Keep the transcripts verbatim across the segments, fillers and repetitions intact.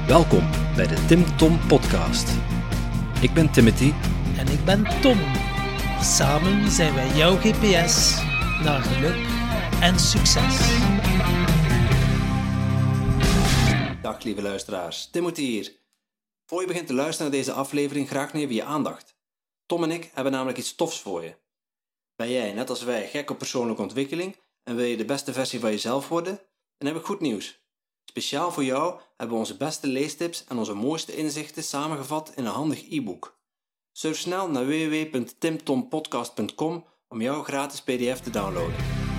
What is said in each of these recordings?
Welkom bij de Tim Tom Podcast. Ik ben Timothy. En ik ben Tom. Samen zijn wij jouw G P S naar geluk en succes. Dag lieve luisteraars, Timothy hier. Voor je begint te luisteren naar deze aflevering graag nog even je aandacht. Tom en ik hebben namelijk iets tofs voor je. Ben jij, net als wij, gek op persoonlijke ontwikkeling en wil je de beste versie van jezelf worden? Dan heb ik goed nieuws. Speciaal voor jou hebben we onze beste leestips en onze mooiste inzichten samengevat in een handig e-book. Surf snel naar w w w punt timtompodcast punt com om jouw gratis P D F te downloaden.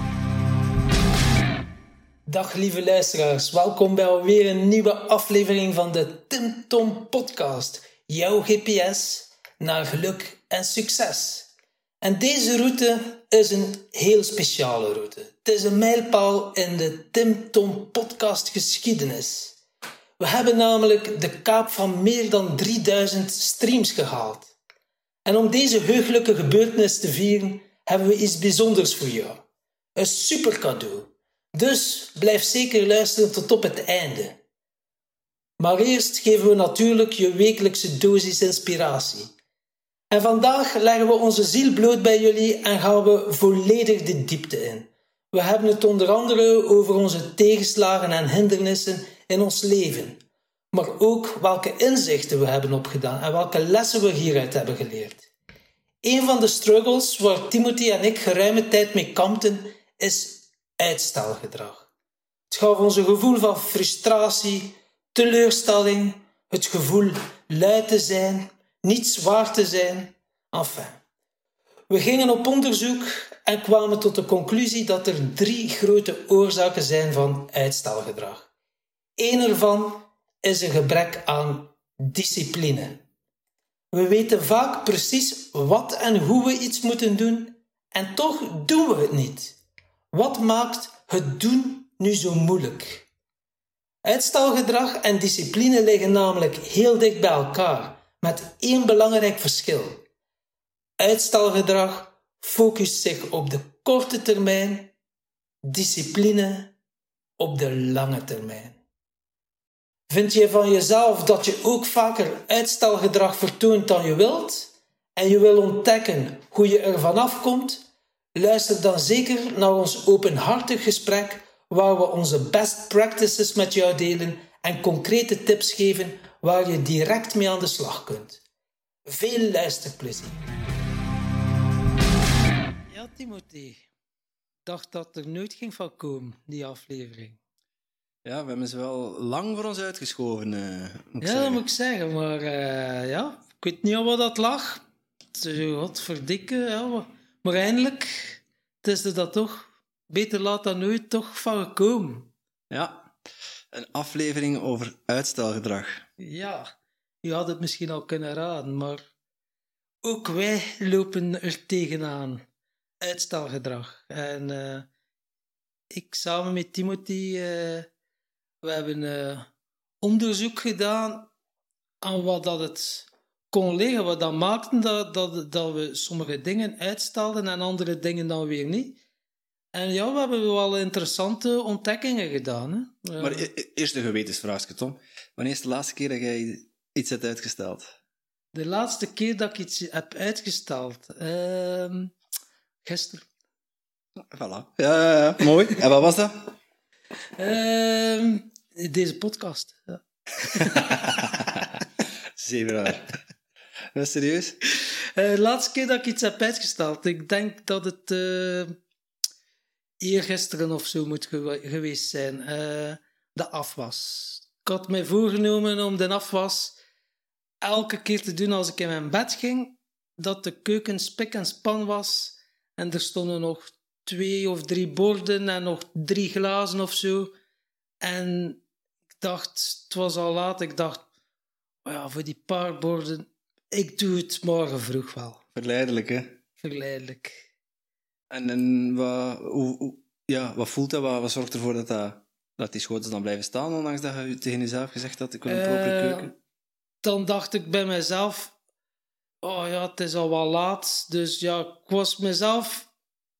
Dag lieve luisteraars, welkom bij alweer een nieuwe aflevering van de Tim Tom Podcast. Jouw G P S naar geluk en succes. En deze route is een heel speciale route. Het is een mijlpaal in de Tim Tom Podcast geschiedenis. We hebben namelijk de kaap van meer dan drieduizend streams gehaald. En om deze heugelijke gebeurtenis te vieren, hebben we iets bijzonders voor jou. Een super cadeau. Dus blijf zeker luisteren tot op het einde. Maar eerst geven we natuurlijk je wekelijkse dosis inspiratie. En vandaag leggen we onze ziel bloot bij jullie en gaan we volledig de diepte in. We hebben het onder andere over onze tegenslagen en hindernissen in ons leven. Maar ook welke inzichten we hebben opgedaan en welke lessen we hieruit hebben geleerd. Een van de struggles waar Timothy en ik geruime tijd mee kampten is uitstelgedrag. Het gaf ons een gevoel van frustratie, teleurstelling, het gevoel lui te zijn, niet zwaar te zijn, enfin. We gingen op onderzoek en kwamen tot de conclusie dat er drie grote oorzaken zijn van uitstelgedrag. Eén ervan is een gebrek aan discipline. We weten vaak precies wat en hoe we iets moeten doen en toch doen we het niet. Wat maakt het doen nu zo moeilijk? Uitstelgedrag en discipline liggen namelijk heel dicht bij elkaar, met één belangrijk verschil. Uitstelgedrag focust zich op de korte termijn, discipline op de lange termijn. Vind je van jezelf dat je ook vaker uitstelgedrag vertoont dan je wilt en je wil ontdekken hoe je er vanaf komt? Luister dan zeker naar ons openhartig gesprek waar we onze best practices met jou delen en concrete tips geven waar je direct mee aan de slag kunt. Veel luisterplezier. Ja, Timothy. Ik dacht dat er nooit ging van komen, die aflevering. Ja, we hebben ze wel lang voor ons uitgeschoven, uh, moet ik ja, zeggen. dat moet ik zeggen, maar uh, ja, ik weet niet aan wat dat lag. Wat verdikken, ja, maar eindelijk het is er dat toch beter laat dan nooit toch van gekomen. Ja, een aflevering over uitstelgedrag. Ja, je had het misschien al kunnen raden, maar ook wij lopen er tegenaan. Uitstelgedrag. En uh, ik samen met Timothy, uh, we hebben uh, onderzoek gedaan aan wat dat het kon liggen, wat dat maakte dat, dat, dat we sommige dingen uitstelden en andere dingen dan weer niet. En ja, we hebben wel interessante ontdekkingen gedaan. Hè? Uh, maar e- e- eerst een gewetensvraagje, Tom. Wanneer is de laatste keer dat jij iets hebt uitgesteld? De laatste keer dat ik iets heb uitgesteld? Uh, gisteren. Voilà. Ja, ja, ja. Mooi. En wat was dat? Uh, deze podcast. Ja. Zeer raar. Dat is serieus? Uh, de laatste keer dat ik iets heb uitgesteld. Ik denk dat het uh, eergisteren of zo moet gewe- geweest zijn. Uh, de afwas. Ik had mij voorgenomen om de afwas elke keer te doen als ik in mijn bed ging. Dat de keuken spik en span was. En er stonden nog twee of drie borden en nog drie glazen of zo. En ik dacht, het was al laat, ik dacht, oh ja, voor die paar borden, ik doe het morgen vroeg wel. Verleidelijk, hè? Verleidelijk. En, en wat, hoe, hoe, ja, wat voelt dat? Wat, wat zorgt ervoor dat, dat, dat die schotels dan blijven staan, ondanks dat je tegen jezelf gezegd had, ik wil een propere Uh, keuken? Dan dacht ik bij mezelf, oh ja, het is al wel laat. Dus ja, ik was mezelf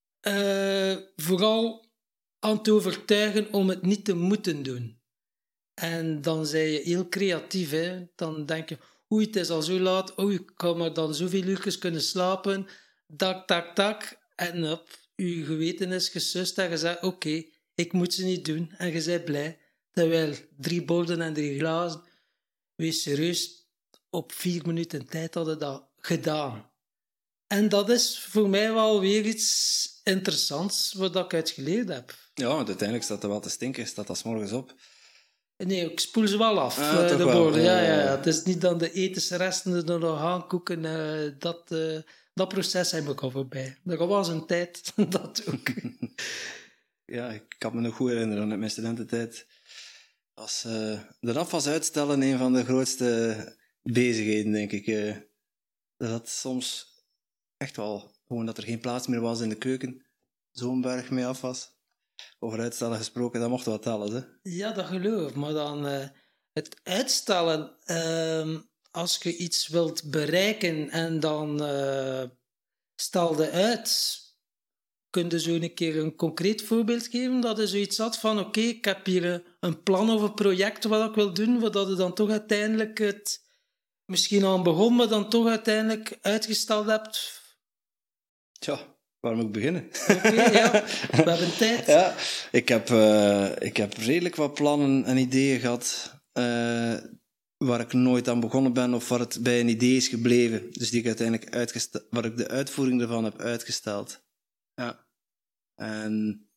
uh, vooral aan het overtuigen om het niet te moeten doen. En dan ben je heel creatief. Hè? Dan denk je, oei, het is al zo laat. Oei, ik kan maar dan zoveel uurtjes kunnen slapen. Tak, tak, tak. En op, je geweten is gesust en je zegt, oké, okay, ik moet ze niet doen. En je bent blij. Terwijl drie borden en drie glazen, wees serieus, op vier minuten tijd hadden dat gedaan. En dat is voor mij wel weer iets interessants wat ik uit geleerd heb. Ja, want uiteindelijk staat er wel te stinken, staat dat 's morgens op. Nee, ik spoel ze wel af, Ah, uh, de wel. borden. Ja, ja, ja, ja. Het is niet dan de etensresten er nog aankoeken. Uh, dat, uh, dat proces heb ik al voorbij. Er was een tijd dat ook. Ja, ik kan me nog goed herinneren uit mijn studententijd. Als, uh, de afwas uitstellen een van de grootste bezigheden, denk ik. Uh, dat soms echt wel gewoon dat er geen plaats meer was in de keuken. Zo'n berg mee afwas. Over uitstellen gesproken, dat mocht wel tellen, hè? Ja, dat geloof ik. Maar dan uh, het uitstellen, uh, als je iets wilt bereiken en dan uh, stel je uit. Kun je zo een keer een concreet voorbeeld geven? Dat je zoiets had van, oké, okay, ik heb hier een plan of een project wat ik wil doen, wat je dan toch uiteindelijk het misschien al begon, maar dan toch uiteindelijk uitgesteld hebt. Tja, waar moet ik beginnen? Oké, okay, ja. We hebben tijd. Ja, ik heb, uh, ik heb redelijk wat plannen en ideeën gehad uh, waar ik nooit aan begonnen ben of waar het bij een idee is gebleven. Dus die ik uiteindelijk uitgesteld, waar ik de uitvoering ervan heb uitgesteld. Ja. En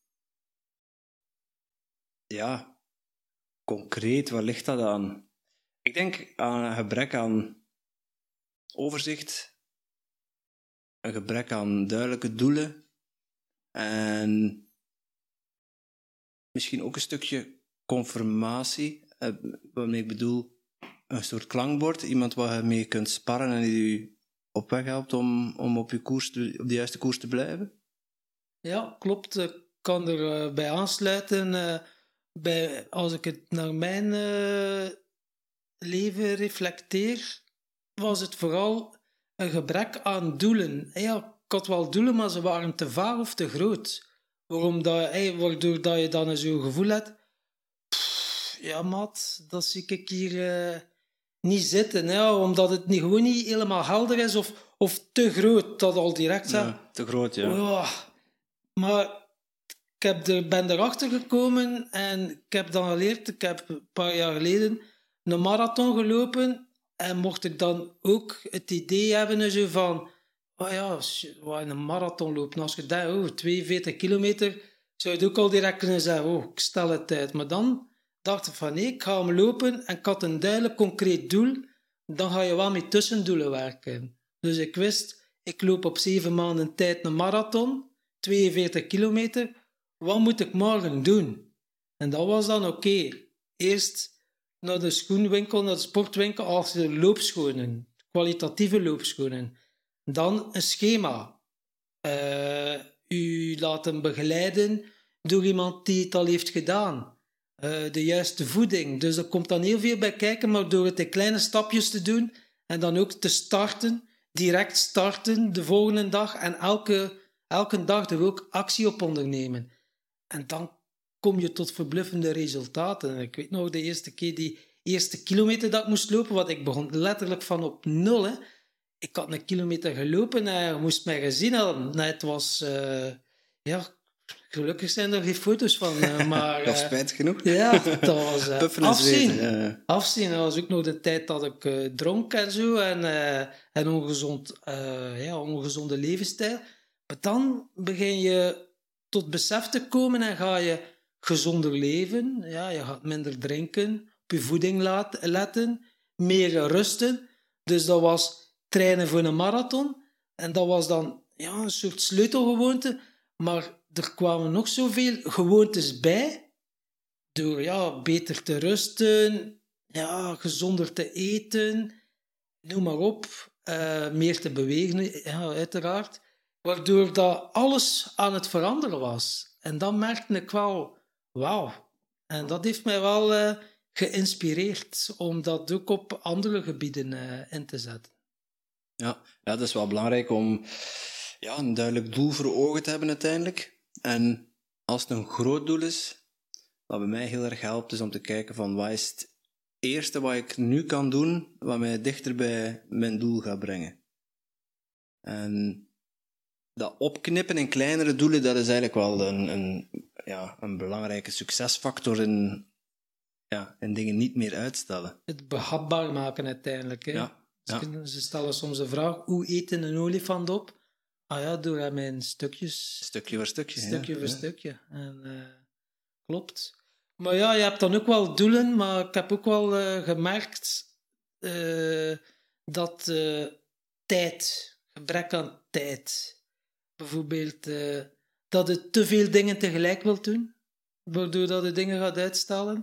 ja, concreet, waar ligt dat aan? Ik denk aan een gebrek aan overzicht, een gebrek aan duidelijke doelen en misschien ook een stukje confirmatie, waarmee ik bedoel een soort klankbord, iemand waar je mee kunt sparren en die je op weg helpt om, om op, je koers te, op de juiste koers te blijven. Ja, klopt. Ik kan er uh, bij aansluiten. Uh, bij, als ik het naar mijn uh, leven reflecteer, was het vooral een gebrek aan doelen. Ja, ik had wel doelen, maar ze waren te vaag of te groot. Waarom dat, hey, waardoor dat je dan zo'n gevoel hebt, pff, ja maat, dat zie ik hier uh, niet zitten. Hè, omdat het niet, gewoon niet helemaal helder is of, of te groot, dat al direct zegt. Ja, te groot, ja. Oh, maar ik heb er, ben erachter gekomen en ik heb dan geleerd, ik heb een paar jaar geleden een marathon gelopen en mocht ik dan ook het idee hebben zo van, oh ja, wat een marathon lopen, als je denkt, oh, tweeënveertig kilometer, zou je ook al direct kunnen zeggen, oh, ik stel het uit. Maar dan dacht ik van, nee, ik ga hem lopen en ik had een duidelijk concreet doel, dan ga je wel met tussendoelen werken. Dus ik wist, ik loop op zeven maanden tijd een marathon, tweeënveertig kilometer, wat moet ik morgen doen? En dat was dan oké. Okay. Eerst naar de schoenwinkel, naar de sportwinkel, als de loopschoenen, kwalitatieve loopschoenen. Dan een schema. Uh, u laten begeleiden door iemand die het al heeft gedaan. Uh, de juiste voeding. Dus er komt dan heel veel bij kijken, maar door het in kleine stapjes te doen en dan ook te starten, direct starten de volgende dag en elke, elke dag er ook actie op ondernemen. En dan kom je tot verbluffende resultaten. Ik weet nog de eerste keer die eerste kilometer dat ik moest lopen, want ik begon letterlijk van op nul. Hè. Ik had een kilometer gelopen en je moest mij gezien hebben. Nee, het was... Uh, ja, gelukkig zijn er geen foto's van. Uh, maar, dat is spijtig genoeg. Ja, dat was uh, afzien. Zweten, ja. Afzien. Dat was ook nog de tijd dat ik uh, dronk en zo. En, uh, en ongezond, uh, ja, ongezonde levensstijl. Maar dan begin je tot besef te komen en ga je gezonder leven. Ja, je gaat minder drinken, op je voeding laat, letten, meer rusten. Dus dat was trainen voor een marathon. En dat was dan ja, een soort sleutelgewoonte. Maar er kwamen nog zoveel gewoontes bij. Door ja, beter te rusten, ja, gezonder te eten, noem maar op. Uh, meer te bewegen, ja, uiteraard. Waardoor dat alles aan het veranderen was. En dan merkte ik wel, wauw. En dat heeft mij wel uh, geïnspireerd om dat ook op andere gebieden uh, in te zetten. Ja, ja, dat is wel belangrijk om ja, een duidelijk doel voor ogen te hebben uiteindelijk. En als het een groot doel is, wat bij mij heel erg helpt, is om te kijken van wat is het eerste wat ik nu kan doen, wat mij dichter bij mijn doel gaat brengen. En dat opknippen in kleinere doelen, dat is eigenlijk wel een, een, ja, een belangrijke succesfactor in, ja, in dingen niet meer uitstellen. Het behapbaar maken uiteindelijk. Hè? Ja, ja. Ze, ze stellen soms de vraag, hoe eet een olifant op? Ah ja, door hem in stukjes. Stukje voor stukje. Stukje ja. voor ja. stukje. En, uh, klopt. Maar ja, je hebt dan ook wel doelen, maar ik heb ook wel uh, gemerkt uh, dat uh, tijd, gebrek aan tijd, bijvoorbeeld uh, dat je te veel dingen tegelijk wilt doen, waardoor dat je dingen gaat uitstellen.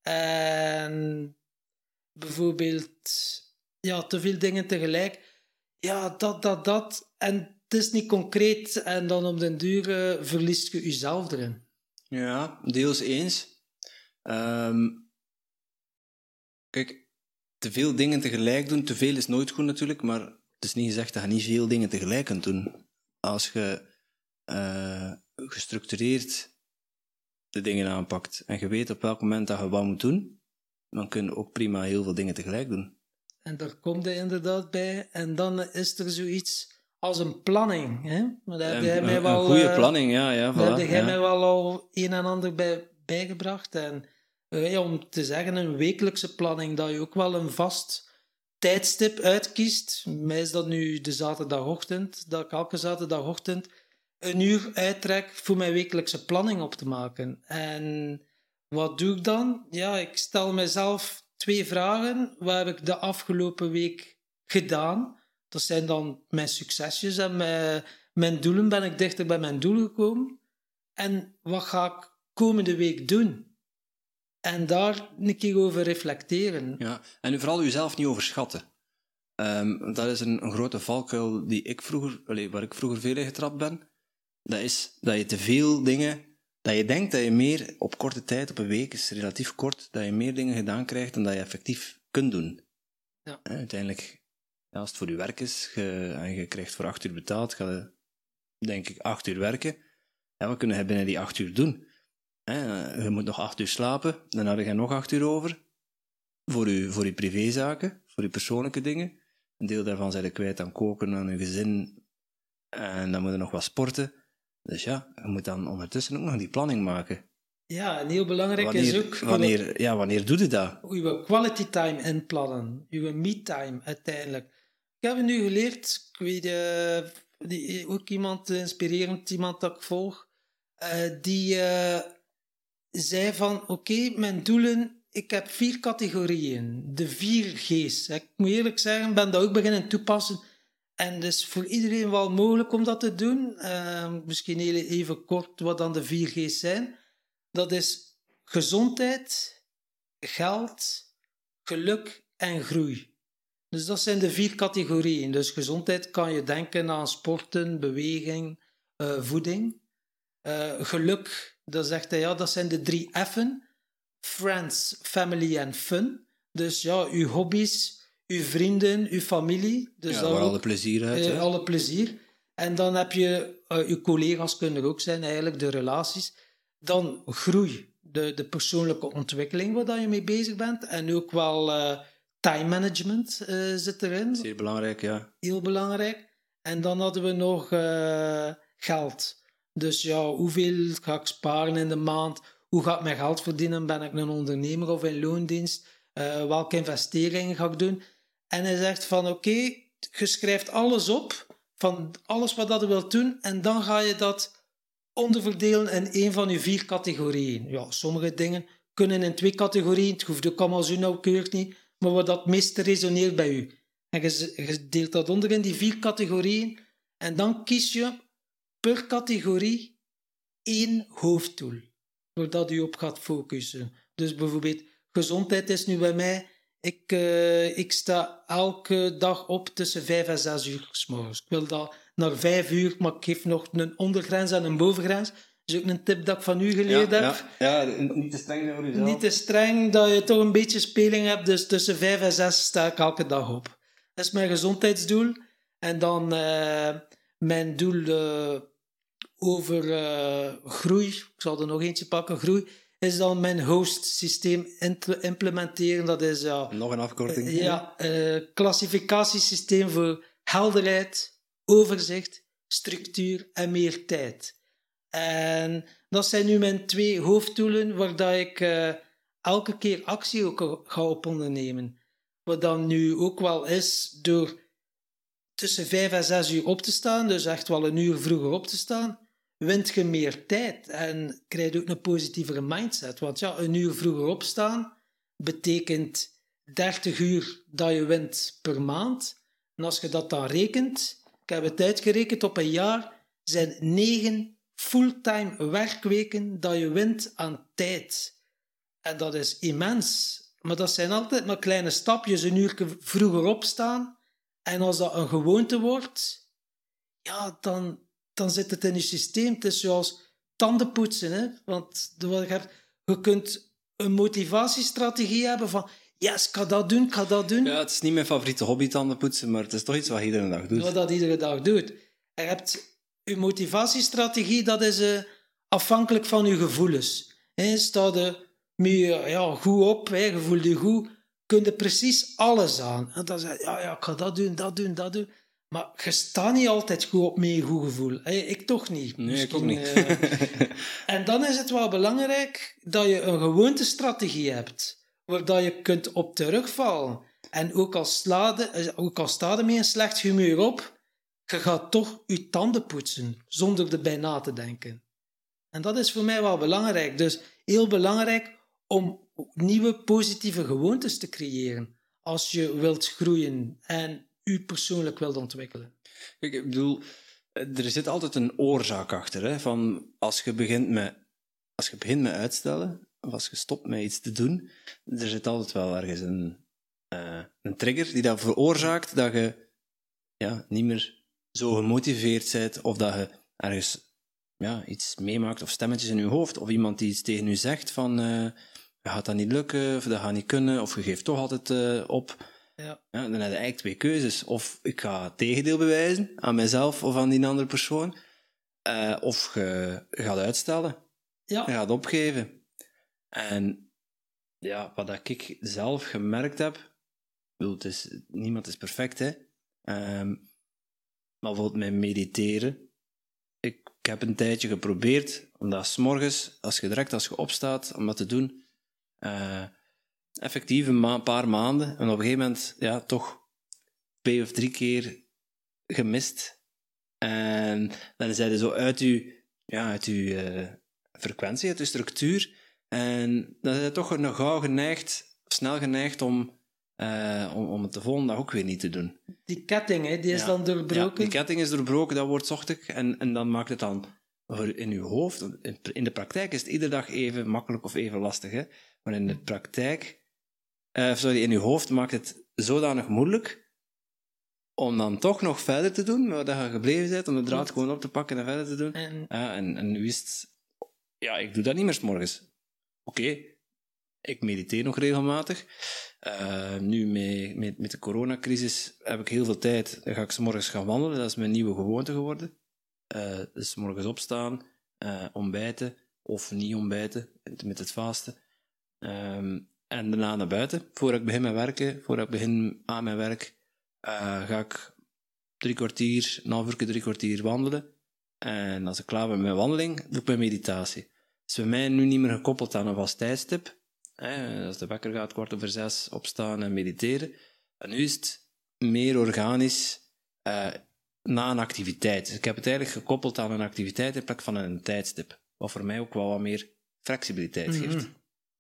En bijvoorbeeld, ja, te veel dingen tegelijk. Ja, dat, dat, dat. En het is niet concreet. En dan op den duur uh, verliest je jezelf erin. Ja, deels eens. Um, kijk, te veel dingen tegelijk doen. Te veel is nooit goed natuurlijk, maar het is niet gezegd dat je niet veel dingen tegelijk kunt doen. Als je uh, gestructureerd de dingen aanpakt en je weet op welk moment dat je wat moet doen, dan kun je ook prima heel veel dingen tegelijk doen. En daar komt hij inderdaad bij. En dan is er zoiets als een planning. Hè? Maar daar heb jij een, mij een, wel, een goede uh, planning, ja. ja, voilà, daar heb jij ja. mij wel al een en ander bij, bijgebracht. En uh, ja, om te zeggen, een wekelijkse planning, dat je ook wel een vast tijdstip uitkiest. Bij mij is dat nu de zaterdagochtend, dat ik elke zaterdagochtend een uur uittrek voor mijn wekelijkse planning op te maken. En wat doe ik dan? Ja, ik stel mezelf twee vragen. Wat heb ik de afgelopen week gedaan? Dat zijn dan mijn succesjes en mijn, mijn doelen. Ben ik dichter bij mijn doelen gekomen? En wat ga ik komende week doen? En daar een keer over reflecteren. Ja, en nu vooral jezelf niet overschatten. Um, dat is een, een grote valkuil die ik vroeger, allez, waar ik vroeger veel in getrapt ben. Dat is dat je te veel dingen... Dat je denkt dat je meer op korte tijd, op een week is relatief kort, dat je meer dingen gedaan krijgt dan dat je effectief kunt doen. Ja. En uiteindelijk, ja, als het voor je werk is je, en je krijgt voor acht uur betaald, ga je, denk ik, acht uur werken. En wat kunnen je binnen die acht uur doen? En je moet nog acht uur slapen, dan heb je nog acht uur over voor je, voor je privézaken, voor je persoonlijke dingen. Een deel daarvan zijn je kwijt aan koken, aan je gezin, en dan moet je nog wat sporten. Dus ja, je moet dan ondertussen ook nog die planning maken. Ja, en heel belangrijk wanneer, is ook... Wanneer, ja, wanneer doe je dat? Uw quality time inplannen. Uw me-time uiteindelijk. Ik heb nu geleerd, ik weet uh, die, ook iemand inspirerend, iemand dat ik volg, uh, die uh, zei van, oké, okay, mijn doelen, ik heb vier categorieën. De vier G's. Ik moet eerlijk zeggen, ben dat ook beginnen toepassen. En het is voor iedereen wel mogelijk om dat te doen. Uh, misschien even kort wat dan de vier G's zijn. Dat is gezondheid, geld, geluk en groei. Dus dat zijn de vier categorieën. Dus gezondheid kan je denken aan sporten, beweging, uh, voeding. Uh, geluk, dat zegt hij, ja, dat zijn de drie F'en. Friends, family en fun. Dus ja, uw hobby's, uw vrienden, uw familie. Dus ja, dat waar ook, alle plezier uit. uh, alle plezier. En dan heb je, uh, uw collega's kunnen er ook zijn, eigenlijk de relaties. Dan groei, de, de persoonlijke ontwikkeling waar je mee bezig bent. En ook wel uh, time management uh, zit erin. Zeer belangrijk, ja. Heel belangrijk. En dan hadden we nog uh, geld. Dus ja, hoeveel ga ik sparen in de maand? Hoe ga ik mijn geld verdienen? Ben ik een ondernemer of in loondienst? Uh, welke investeringen ga ik doen? En hij zegt van oké, okay, je schrijft alles op, van alles wat dat je wilt doen, en dan ga je dat onderverdelen in één van je vier categorieën. Ja, sommige dingen kunnen in twee categorieën, het hoeft ook allemaal zo nauwkeurig niet, maar wat dat meest resoneert bij u. En je, je deelt dat onder in die vier categorieën, en dan kies je per categorie één hoofddoel, waar dat u op gaat focussen. Dus bijvoorbeeld, gezondheid is nu bij mij, ik, uh, ik sta elke dag op tussen vijf en zes uur 's morgens. Ik wil dat naar vijf uur, maar ik geef nog een ondergrens en een bovengrens. Dat is ook een tip dat ik van u geleerd ja, heb. Ja, ja, niet te streng voor jezelf. Niet te streng, dat je toch een beetje speling hebt. Dus tussen vijf en zes sta ik elke dag op. Dat is mijn gezondheidsdoel. En dan uh, mijn doel uh, over uh, groei. Ik zal er nog eentje pakken, groei. is dan mijn host-systeem implementeren. Dat is ja, Nog een afkorting. ja, uh, klassificatiesysteem voor helderheid, overzicht, structuur en meer tijd. En dat zijn nu mijn twee hoofddoelen waar dat ik uh, elke keer actie ook ga op ondernemen. Wat dan nu ook wel is door tussen vijf en zes uur op te staan, dus echt wel een uur vroeger op te staan, wint je meer tijd en krijg je ook een positievere mindset. Want ja, een uur vroeger opstaan betekent dertig uur dat je wint per maand. En als je dat dan rekent, ik heb het uitgerekend op een jaar, zijn negen fulltime werkweken dat je wint aan tijd. En dat is immens. Maar dat zijn altijd maar kleine stapjes, een uur vroeger opstaan. En als dat een gewoonte wordt, ja, dan, dan zit het in je systeem. Het is zoals tandenpoetsen. Hè? Want je kunt een motivatiestrategie hebben van yes, ik ga dat doen, ik ga dat doen. Ja, het is niet mijn favoriete hobby, tandenpoetsen, maar het is toch iets wat je iedere dag doet. Wat dat iedere dag doet. Je hebt je motivatiestrategie, dat is uh, afhankelijk van je gevoelens. He, sta je ja, goed op, he, je voelt je goed, kun je precies alles aan. En dan zeg je, ja, ja, ik ga dat doen, dat doen, dat doen. Maar je staat niet altijd goed op met je goed gevoel. He, ik toch niet. Nee, Misschien, ik ook niet. Uh, en dan is het wel belangrijk dat je een gewoontestrategie hebt, waar dat je kunt op terugvallen. En ook al, slade, ook al sta je met een slecht humeur op, je gaat toch je tanden poetsen, zonder erbij na te denken. En dat is voor mij wel belangrijk. Dus heel belangrijk om nieuwe positieve gewoontes te creëren als je wilt groeien en je persoonlijk wilt ontwikkelen. Ik bedoel, er zit altijd een oorzaak achter. Hè, van als je begint met, als je begint met uitstellen, of als je stopt met iets te doen, er zit altijd wel ergens een, uh, een trigger die dat veroorzaakt dat je ja, niet meer zo gemotiveerd bent, of dat je ergens ja, iets meemaakt, of stemmetjes in je hoofd, of iemand die iets tegen je zegt van uh, je gaat dat niet lukken, of dat gaat niet kunnen, of je geeft toch altijd uh, op. Ja. Ja, dan heb je eigenlijk twee keuzes. Of ik ga het tegendeel bewijzen, aan mezelf of aan die andere persoon, uh, of je, je gaat uitstellen. Ja. Je gaat opgeven. En ja, wat dat ik zelf gemerkt heb, bedoel, het is, niemand is perfect, hè. Um, Maar bijvoorbeeld met mediteren. Ik, ik heb een tijdje geprobeerd, omdat 's morgens, als je direct als je opstaat, om dat te doen, uh, effectief een ma- paar maanden, en op een gegeven moment, ja, toch twee of drie keer gemist. En dan zijn je zo uit je, ja, uit je uh, frequentie, uit je structuur, en dan zijn je toch nog gauw geneigd, snel geneigd om Uh, om, om het de volgende dag ook weer niet te doen. Die ketting, hè, die is ja. dan doorbroken? Ja, die ketting is doorbroken, dat wordt zochtig. En, en dan maakt het dan in je hoofd... In de praktijk is het iedere dag even makkelijk of even lastig. Hè? Maar in de praktijk... Uh, sorry, in je hoofd maakt het zodanig moeilijk om dan toch nog verder te doen, waar je gebleven bent, om de draad gewoon op te pakken en verder te doen. En, uh, en, en nu is het... Ja, ik doe dat niet meer 's morgens. Oké, okay, ik mediteer nog regelmatig. Uh, nu met, met, met de coronacrisis heb ik heel veel tijd. Dan ga ik 's morgens gaan wandelen. Dat is mijn nieuwe gewoonte geworden. Uh, dus 's morgens opstaan, uh, ontbijten of niet ontbijten met het vasten. Um, en daarna naar buiten. Voordat ik begin met werken, voordat ik begin aan mijn werk, uh, ga ik drie kwartier, een half uur, drie kwartier wandelen. En als ik klaar ben met mijn wandeling, doe ik mijn meditatie. Het is bij mij nu niet meer gekoppeld aan een vast tijdstip. Eh, als de wekker gaat, kwart over zes, opstaan en mediteren. En nu is het meer organisch uh, na een activiteit. Dus ik heb het eigenlijk gekoppeld aan een activiteit in plaats van een tijdstip. Wat voor mij ook wel wat meer flexibiliteit geeft. Mm-hmm.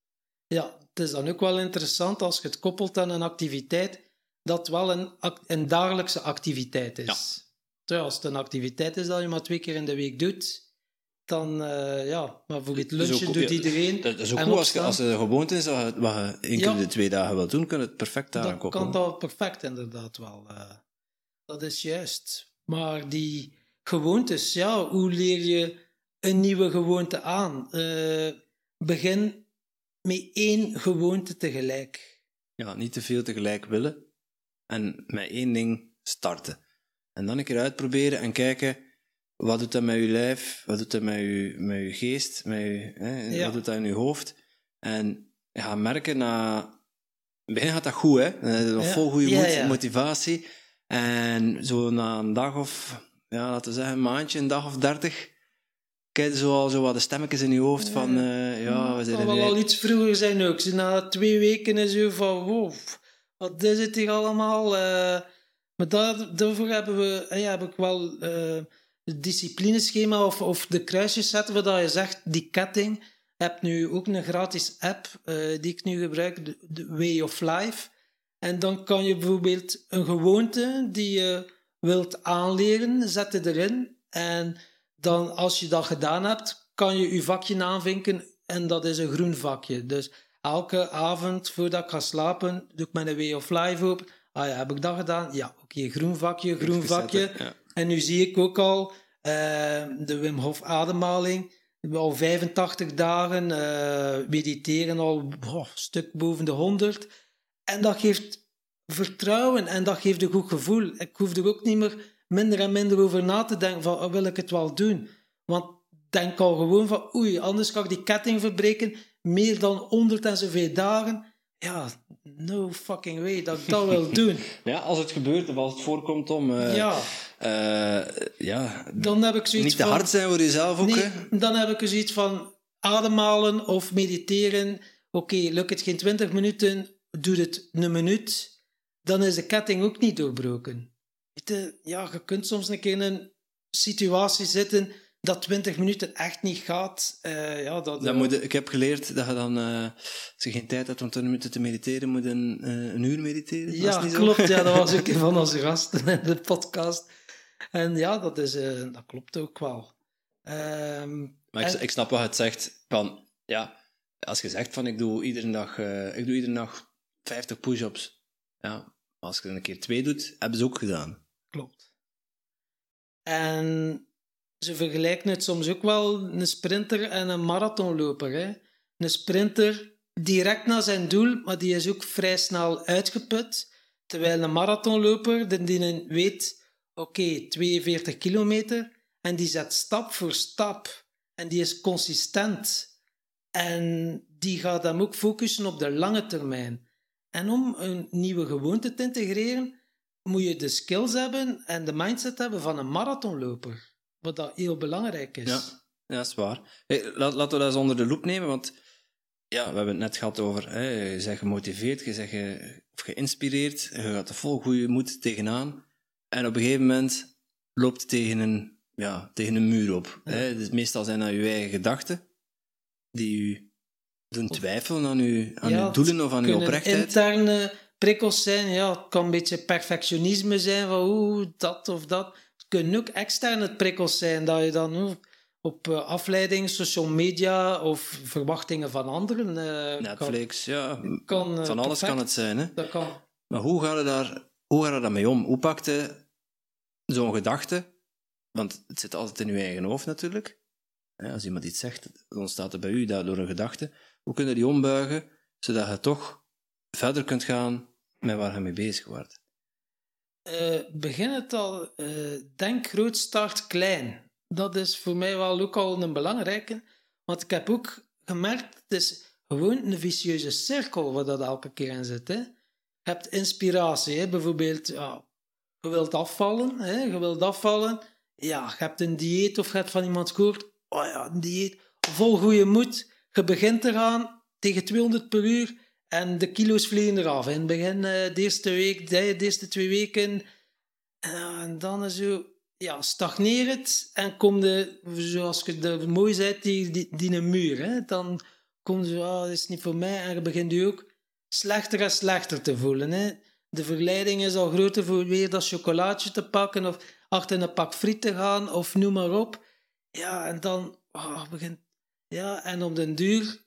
Ja, het is dan ook wel interessant als je het koppelt aan een activiteit, dat wel een, een dagelijkse activiteit is. Ja. Dus als het een activiteit is dat je maar twee keer in de week doet, dan, uh, ja, maar voor het lunchen ook, doet ja, iedereen. Dat is ook goed als, als het gewoond is, wat je, wat je één keer ja, de twee dagen wilt doen, kun je het perfect daaraan koppelen. Dat kan dat perfect, inderdaad wel. Uh, dat is juist. Maar die gewoontes, ja, hoe leer je een nieuwe gewoonte aan? Uh, begin met één gewoonte tegelijk. Ja, niet te veel tegelijk willen. En met één ding starten. En dan een keer uitproberen en kijken... wat doet dat met je lijf? Wat doet dat met je, met je geest? Met je, hè? Ja. Wat doet dat in je hoofd? En je gaat merken, na... in het begin gaat dat goed, hè? Dan heb je nog Ja. vol goede Ja, moed, ja. motivatie. En zo na een dag of, ja, laten we zeggen, een maandje, een dag of dertig, krijg je zo al zo wat de stemmetjes in je hoofd van, uh, ja, we zijn kan er wel nu... al iets vroeger zijn ook. Zo na twee weken is zo van, wow, wat is het hier allemaal? Uh, maar daar, daarvoor hebben we, ja, heb ik wel uh, het disciplineschema of, of de kruisjes zetten, waar dat je zegt, die ketting. Je hebt nu ook een gratis app uh, die ik nu gebruik, de, de Way of Life. En dan kan je bijvoorbeeld een gewoonte die je wilt aanleren, zetten erin. En dan, als je dat gedaan hebt, kan je je vakje aanvinken en dat is een groen vakje. Dus elke avond voordat ik ga slapen, doe ik mijn Way of Life op. Ah ja, heb ik dat gedaan? Ja, oké, okay, groen vakje, groen vakje. Ja. En nu zie ik ook al uh, de Wim Hof ademhaling. Al vijfentachtig dagen, uh, mediteren al oh, een stuk boven de honderd. En dat geeft vertrouwen en dat geeft een goed gevoel. Ik hoef er ook niet meer minder en minder over na te denken van, oh, wil ik het wel doen? Want denk al gewoon van, oei, anders kan ik die ketting verbreken, meer dan honderd en zoveel dagen. Ja, no fucking way dat ik dat wil doen. Ja, als het gebeurt of als het voorkomt om... Uh, ja. Uh, ja. Dan heb ik zoiets niet te van, hard zijn voor jezelf ook, nee, hè? Dan heb ik zoiets van ademhalen of mediteren. Oké, okay, lukt het geen twintig minuten, doe het een minuut. Dan is de ketting ook niet doorbroken. Weet je, ja, je kunt soms een keer in een situatie zitten dat twintig minuten echt niet gaat. Uh, ja, dat, dan moet je, ik heb geleerd dat je dan, uh, als je geen tijd hebt om twintig minuten te mediteren, moet je een, uh, een uur mediteren. Ja, niet klopt. Zo? Ja, dat was ook een van onze gasten in de podcast. En ja, dat, is, uh, dat klopt ook wel. Um, maar ik, en... ik snap wat het zegt. Van, ja, als je zegt van ik doe iedere dag, uh, ik doe iedere dag vijftig push-ups. Ja, als je er een keer twee doet, hebben ze ook gedaan. Klopt. En ze vergelijken het soms ook wel een sprinter en een marathonloper. Hè? Een sprinter direct naar zijn doel, maar die is ook vrij snel uitgeput. Terwijl een marathonloper, die weet, oké, okay, tweeënveertig kilometer, en die zet stap voor stap. En die is consistent. En die gaat hem ook focussen op de lange termijn. En om een nieuwe gewoonte te integreren, moet je de skills hebben en de mindset hebben van een marathonloper. Wat dat heel belangrijk is. Ja, ja, dat is waar. Hey, laat, laten we dat eens onder de loep nemen, want ja, we hebben het net gehad over, hè, je bent gemotiveerd, je bent ge, of geïnspireerd, je gaat er vol goede moed tegenaan. En op een gegeven moment loopt het tegen een, ja, tegen een muur op. Ja. Hè. Dus meestal zijn dat je eigen gedachten die je doen twijfelen aan je, aan ja, je doelen of aan je oprechtheid. Interne prikkels zijn, ja, het kan een beetje perfectionisme zijn, van oeh, dat of dat. Het kunnen ook externe prikkels zijn, dat je dan oeh, op uh, afleiding, social media of verwachtingen van anderen... Uh, Netflix, kan, ja. Kan, uh, van alles perfect. kan het zijn, hè. Dat kan. Maar hoe ga je daar, hoe ga je daar mee om? Hoe pak je zo'n gedachte? Want het zit altijd in je eigen hoofd natuurlijk. Ja, als iemand iets zegt, dan ontstaat er bij u daardoor een gedachte. Hoe kun je die ombuigen, zodat je toch verder kunt gaan met waar je mee bezig wordt? Uh, begin het al, uh, denk groot, start klein. Dat is voor mij wel ook al een belangrijke. Want ik heb ook gemerkt, het is gewoon een vicieuze cirkel waar dat elke keer in zit. Hè. Je hebt inspiratie, hè. Bijvoorbeeld, ja, je wilt afvallen, hè. je wilt afvallen. Ja, je hebt een dieet of je hebt van iemand gehoord, oh ja, een dieet, vol goede moed. Je begint eraan tegen tweehonderd per uur en de kilo's vliegen eraf. In het begin, uh, de eerste week, de, de eerste twee weken. Uh, en dan is zo, ja, stagneer het en kom je, zoals je de mooi zei, die, die, die een muur. Hè. Dan kom je, ah, dat is niet voor mij. En je begint je ook slechter en slechter te voelen. Hè. De verleiding is al groter voor weer dat chocolaatje te pakken of achter een pak friet te gaan of noem maar op. Ja, en dan oh, begint... Ja, en op den duur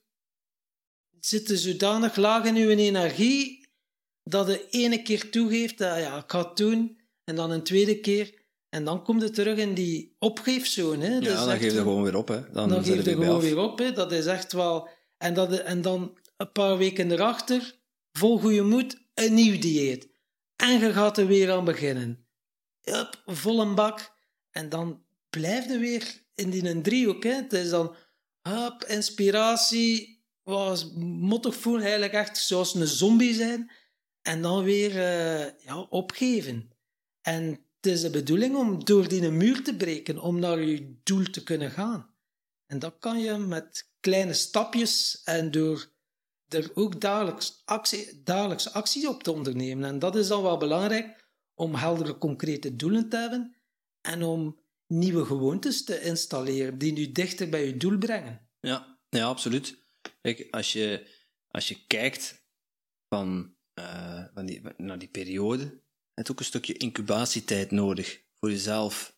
zit je zodanig laag in je energie dat je ene keer toegeeft dat ja, ik ga het doen en dan een tweede keer en dan komt het terug in die opgeefzone. Hè. Ja, dan geef je gewoon weer op. Hè. Dan, dan geef je er gewoon af. weer op. Hè. Dat is echt wel... En, dat, en dan een paar weken erachter, vol goede moed, een nieuw dieet. En je gaat er weer aan beginnen. Hup, vol een bak. En dan blijf je weer in die driehoek. Hè. Het is dan hup, inspiratie, was mottig voelen, eigenlijk echt zoals een zombie zijn. En dan weer uh, ja, opgeven. En het is de bedoeling om door die muur te breken, om naar je doel te kunnen gaan. En dat kan je met kleine stapjes en door er ook dagelijks, actie, dagelijks acties op te ondernemen. En dat is dan wel belangrijk om heldere, concrete doelen te hebben en om nieuwe gewoontes te installeren die je dichter bij je doel brengen. Ja, ja, absoluut. Kijk, als je, als je kijkt van, uh, van die, naar die periode, je hebt ook een stukje incubatietijd nodig voor jezelf.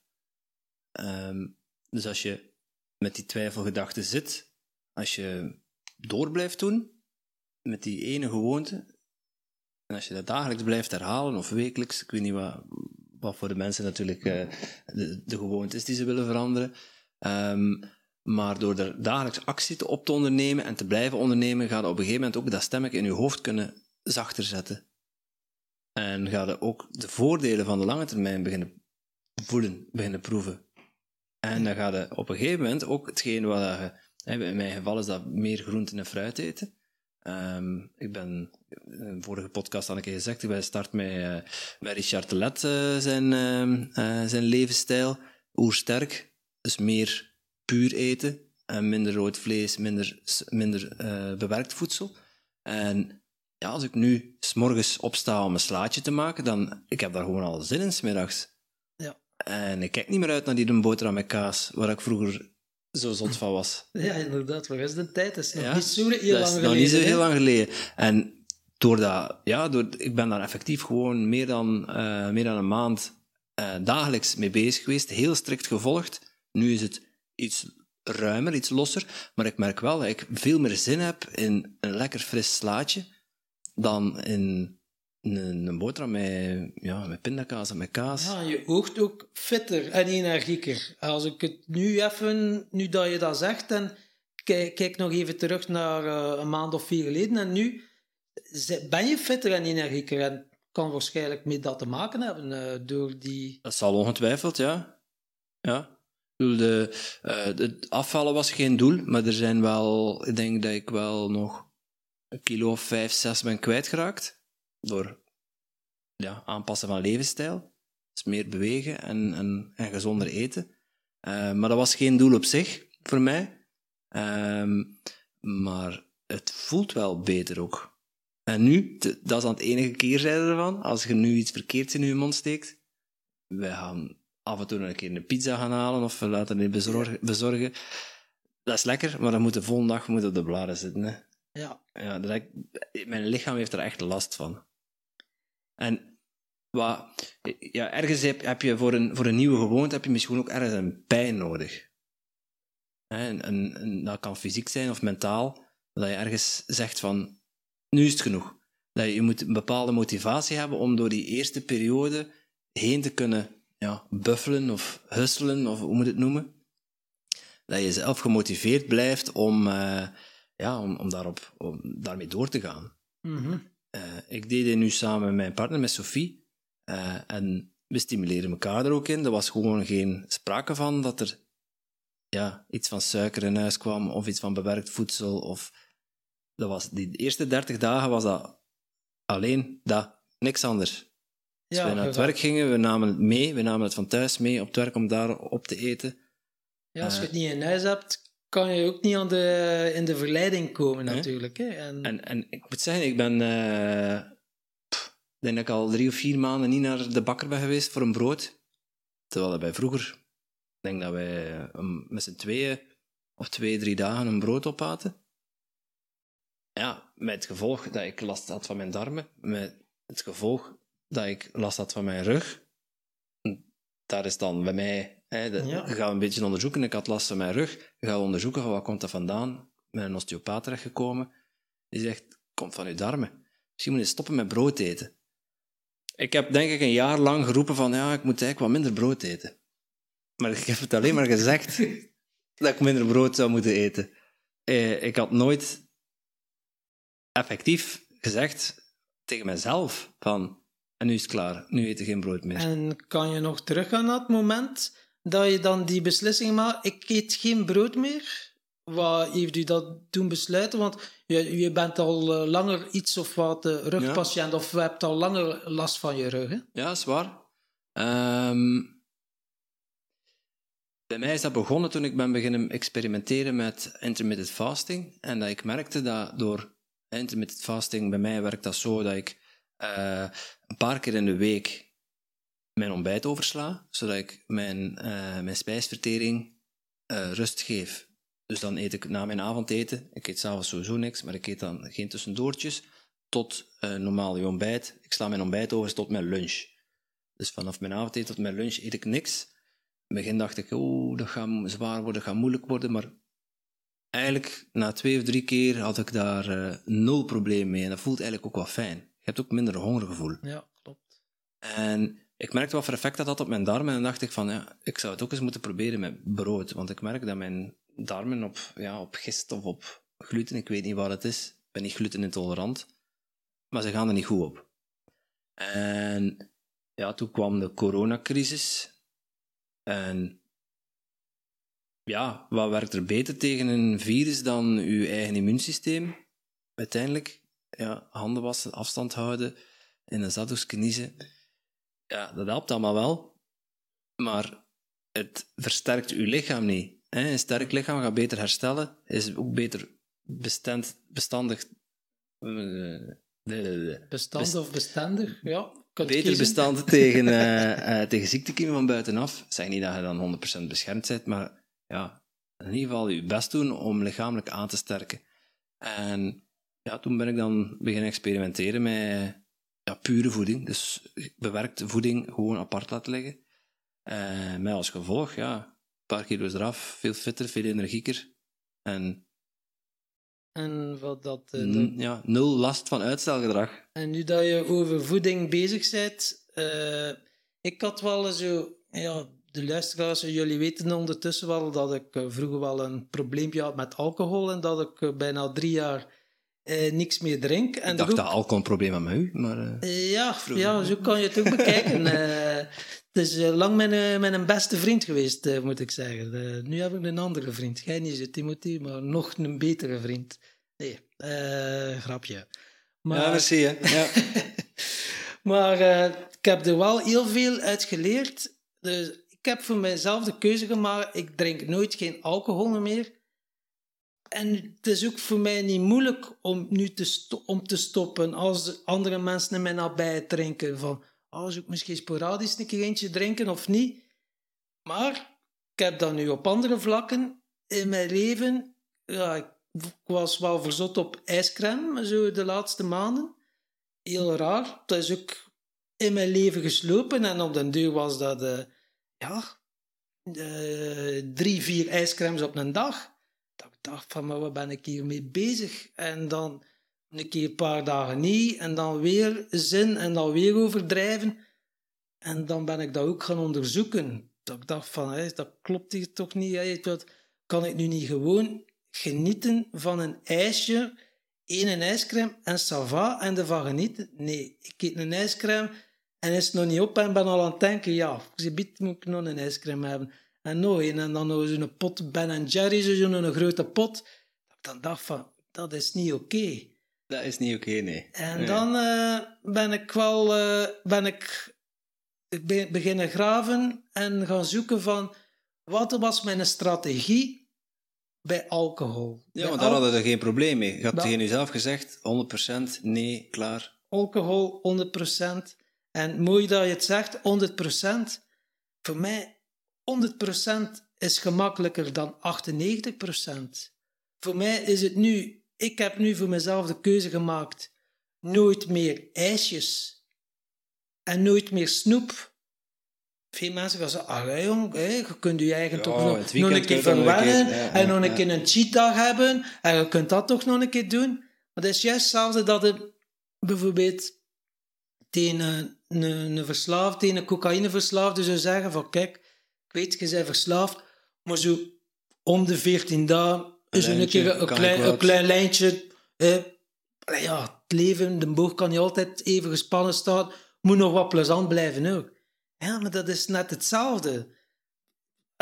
Um, dus als je met die twijfelgedachten zit, als je door blijft doen met die ene gewoonte, en als je dat dagelijks blijft herhalen, of wekelijks, ik weet niet wat, wat voor de mensen natuurlijk uh, de, de gewoonte is die ze willen veranderen, um, maar door er dagelijks actie te op te ondernemen en te blijven ondernemen, ga je op een gegeven moment ook dat stemmetje in je hoofd kunnen zachter zetten. En ga je ook de voordelen van de lange termijn beginnen voelen, beginnen proeven. En dan ga je op een gegeven moment ook hetgeen wat je, in mijn geval is dat meer groenten en fruit eten. Um, ik ben, in een vorige podcast had ik gezegd, ik ben gestart met, uh, met Richard de Let, uh, zijn, uh, uh, zijn levensstijl. Oersterk, dus meer puur eten, en minder rood vlees, minder, minder uh, bewerkt voedsel. En ja, als ik nu 's morgens opsta om een slaatje te maken, dan ik heb daar gewoon al zin in 's middags. Ja. En ik kijk niet meer uit naar die boterham met kaas, waar ik vroeger zo zot van was. Ja, inderdaad. Waar is de tijd? Dat is nog Ja, niet zo heel dat lang is geleden. nog niet zo heel hè? lang geleden. En door dat, ja, door, ik ben daar effectief gewoon meer dan, uh, meer dan een maand uh, dagelijks mee bezig geweest, heel strikt gevolgd. Nu is het iets ruimer, iets losser, maar ik merk wel dat ik veel meer zin heb in een lekker fris slaatje dan in een, een boterham met, ja, met pindakaas en met kaas. Ja, je oogt ook fitter en energieker. Als ik het nu even, nu dat je dat zegt, en kijk, kijk nog even terug naar uh, een maand of vier geleden, en nu ben je fitter en energieker. En kan waarschijnlijk met dat te maken hebben, uh, door die... Dat zal ongetwijfeld, ja. Ja. Ik bedoel, de, uh, het afvallen was geen doel, maar er zijn wel, ik denk dat ik wel nog een kilo of vijf, zes ben kwijtgeraakt. Door ja, aanpassen van levensstijl. Dus meer bewegen en, en, en gezonder eten. Uh, maar dat was geen doel op zich, voor mij. Um, maar het voelt wel beter ook. En nu, te, dat is aan het enige keerzijde ervan, als je nu iets verkeerds in je mond steekt, wij gaan af en toe nog een keer een pizza gaan halen of we laten die bezorgen, bezorgen. Dat is lekker, maar dan moet de volgende dag moet op de blaren zitten. Hè. Ja. Ja, dat ik, mijn lichaam heeft er echt last van. En wat, ja, ergens heb, heb je voor een, voor een nieuwe gewoonte heb je misschien ook ergens een pijn nodig. En, en, en dat kan fysiek zijn of mentaal, dat je ergens zegt van, nu is het genoeg. Dat je, je moet een bepaalde motivatie hebben om door die eerste periode heen te kunnen ja, buffelen of hustelen, of hoe moet je het noemen. Dat je zelf gemotiveerd blijft om, uh, ja, om, om, daarop, om daarmee door te gaan. Mm-hmm. Uh, ik deed dit nu samen met mijn partner, met Sophie. Uh, en we stimuleren elkaar er ook in. Er was gewoon geen sprake van dat er ja, iets van suiker in huis kwam, of iets van bewerkt voedsel. Of... Dat was, die eerste dertig dagen was dat alleen dat, niks anders. Als Ja, we naar het werk gingen, we namen het mee, we namen het van thuis mee op het werk om daar op te eten. Ja, als je het niet in huis hebt, kan je ook niet aan de, in de verleiding komen, natuurlijk. Hè? En... En, en ik moet zeggen, ik ben... Uh, pff, ik denk dat ik al drie of vier maanden niet naar de bakker ben geweest voor een brood. Terwijl wij vroeger... Ik denk dat wij um, met z'n tweeën of twee, drie dagen een brood opaten. Ja, met het gevolg dat ik last had van mijn darmen. Met het gevolg dat ik last had van mijn rug. Daar is dan bij mij... Hè, de, Ja. Je gaat een beetje onderzoeken. Ik had last van mijn rug. Je gaat onderzoeken van wat komt dat vandaan. Met een osteopaat terechtgekomen. Die zegt, komt van je darmen. Misschien moet je stoppen met brood eten. Ik heb denk ik een jaar lang geroepen van, ja, ik moet eigenlijk wat minder brood eten. Maar ik heb het alleen maar gezegd dat ik minder brood zou moeten eten. Eh, ik had nooit effectief gezegd tegen mezelf van, en nu is het klaar, nu eet ik geen brood meer. En kan je nog teruggaan naar het moment dat je dan die beslissing maakt, ik eet geen brood meer? Wat heeft u dat doen besluiten? Want je, je bent al uh, langer iets of wat uh, rugpatiënt, ja. Of je hebt al langer last van je rug, hè? Ja, is waar. Um, bij mij is dat begonnen toen ik ben beginnen experimenteren met intermittent fasting. En dat ik merkte dat door intermittent fasting, bij mij werkt dat zo dat ik uh, een paar keer in de week mijn ontbijt oversla, zodat ik mijn, uh, mijn spijsvertering uh, rust geef. Dus dan eet ik na mijn avondeten, ik eet s'avonds sowieso niks, maar ik eet dan geen tussendoortjes, tot uh, normaal je ontbijt. Ik sla mijn ontbijt over tot mijn lunch. Dus vanaf mijn avondeten tot mijn lunch eet ik niks. In het begin dacht ik, oh, dat gaat zwaar worden, dat gaat moeilijk worden, maar eigenlijk na twee of drie keer had ik daar uh, nul probleem mee. En dat voelt eigenlijk ook wel fijn. Je hebt ook minder hongergevoel. Ja, klopt. En ik merkte wat voor effect dat had op mijn darmen en dan dacht ik van, ja, ik zou het ook eens moeten proberen met brood, want ik merk dat mijn darmen op, ja, op gist of op gluten, ik weet niet wat het is, ik ben niet glutenintolerant, maar ze gaan er niet goed op. En ja, toen kwam de coronacrisis en ja, wat werkt er beter tegen een virus dan uw eigen immuunsysteem? Uiteindelijk, ja, handen wassen, afstand houden, in een zaddoek kniezen. Ja, dat helpt allemaal wel, maar het versterkt uw lichaam niet. Een sterk lichaam gaat beter herstellen, is ook beter bestand, bestandig... Bestand of bestendig, ja. Beter kiezen. Bestand tegen, uh, uh, tegen ziektekiemen van buitenaf. Ik zeg niet dat je dan honderd procent beschermd bent, maar ja, in ieder geval je best doen om lichamelijk aan te sterken. En ja, toen ben ik dan beginnen experimenteren met ja, pure voeding, dus bewerkte voeding gewoon apart laten liggen. Uh, met als gevolg, ja, een paar kilo's eraf, veel fitter, veel energieker. En, en wat dat... Uh, n- ja, nul last van uitstelgedrag. En nu dat je over voeding bezig bent, uh, ik had wel zo... Ja, de luisteraars, jullie weten ondertussen wel dat ik uh, vroeger wel een probleempje had met alcohol en dat ik uh, bijna drie jaar uh, niks meer drink. En ik dacht ook... dat alcohol een probleem had met u, maar... Uh, uh, ja, ja, zo kan je het ook bekijken. Uh, het is uh, lang mijn, uh, mijn beste vriend geweest, uh, moet ik zeggen. Uh, nu heb ik een andere vriend. Jij niet zo, Timothy, maar nog een betere vriend. Nee, uh, grapje. Maar... Ja, merci, hè. Ja. maar uh, ik heb er wel heel veel uit geleerd. Dus ik heb voor mijzelf de keuze gemaakt, ik drink nooit geen alcohol meer. En het is ook voor mij niet moeilijk om nu te, sto- om te stoppen als andere mensen in mijn nabij drinken. Van, oh, zou ik misschien sporadisch een keer eentje drinken of niet? Maar ik heb dat nu op andere vlakken in mijn leven. Ja, ik was wel verzot op ijscrème, zo de laatste maanden. Heel raar. Dat is ook in mijn leven geslopen. En op den duur was dat... Uh, ja... Uh, drie, vier ijscremes op een dag. Dat ik dacht van, maar wat ben ik hiermee bezig? En dan een keer een paar dagen niet. En dan weer zin en dan weer overdrijven. En dan ben ik dat ook gaan onderzoeken. Dat ik dacht van, hé, dat klopt hier toch niet. Hé, dat kan ik nu niet gewoon genieten van een ijsje, één ijscrème en ça va, en ervan genieten? Nee, ik eet een ijscrème en is het nog niet op en ben al aan het denken, ja, ziebit moet ik nog een ijscrème hebben. En nog een, en dan nog zo'n pot Ben en Jerry's, zo'n grote pot. Dat ik dan dacht van, dat is niet oké. Okay. Dat is niet oké, okay, nee. En nee. dan uh, ben ik wel, uh, ben ik beginnen graven en gaan zoeken van, wat was mijn strategie bij alcohol? Ja, bij want daar al- hadden we geen probleem mee. Je had bij... tegen jezelf gezegd, honderd procent, nee, klaar. Alcohol, honderd procent. En mooi dat je het zegt, honderd procent. Voor mij, honderd procent is gemakkelijker dan achtennegentig procent. Voor mij is het nu, ik heb nu voor mezelf de keuze gemaakt, nooit meer ijsjes en nooit meer snoep. Veel mensen gaan zeggen, ah jong, hé, je kunt je eigen Ja, toch nog, het nog weekend een keer kun je nog een verwennen keer, ja, en ja, nog een ja. keer een cheatdag hebben en je kunt dat toch nog een keer doen. Maar dat is juist hetzelfde dat het bijvoorbeeld tegen een, een, een verslaafd, tegen een cocaïneverslaafde zou zeggen van kijk, ik weet, je bent verslaafd, maar zo om de veertien dagen is er een lijntje, keer een kan klein, ik wat. een klein lijntje. Eh, ja, het leven, de boog kan niet altijd even gespannen staan, moet nog wat plezant blijven ook. Ja, maar dat is net hetzelfde.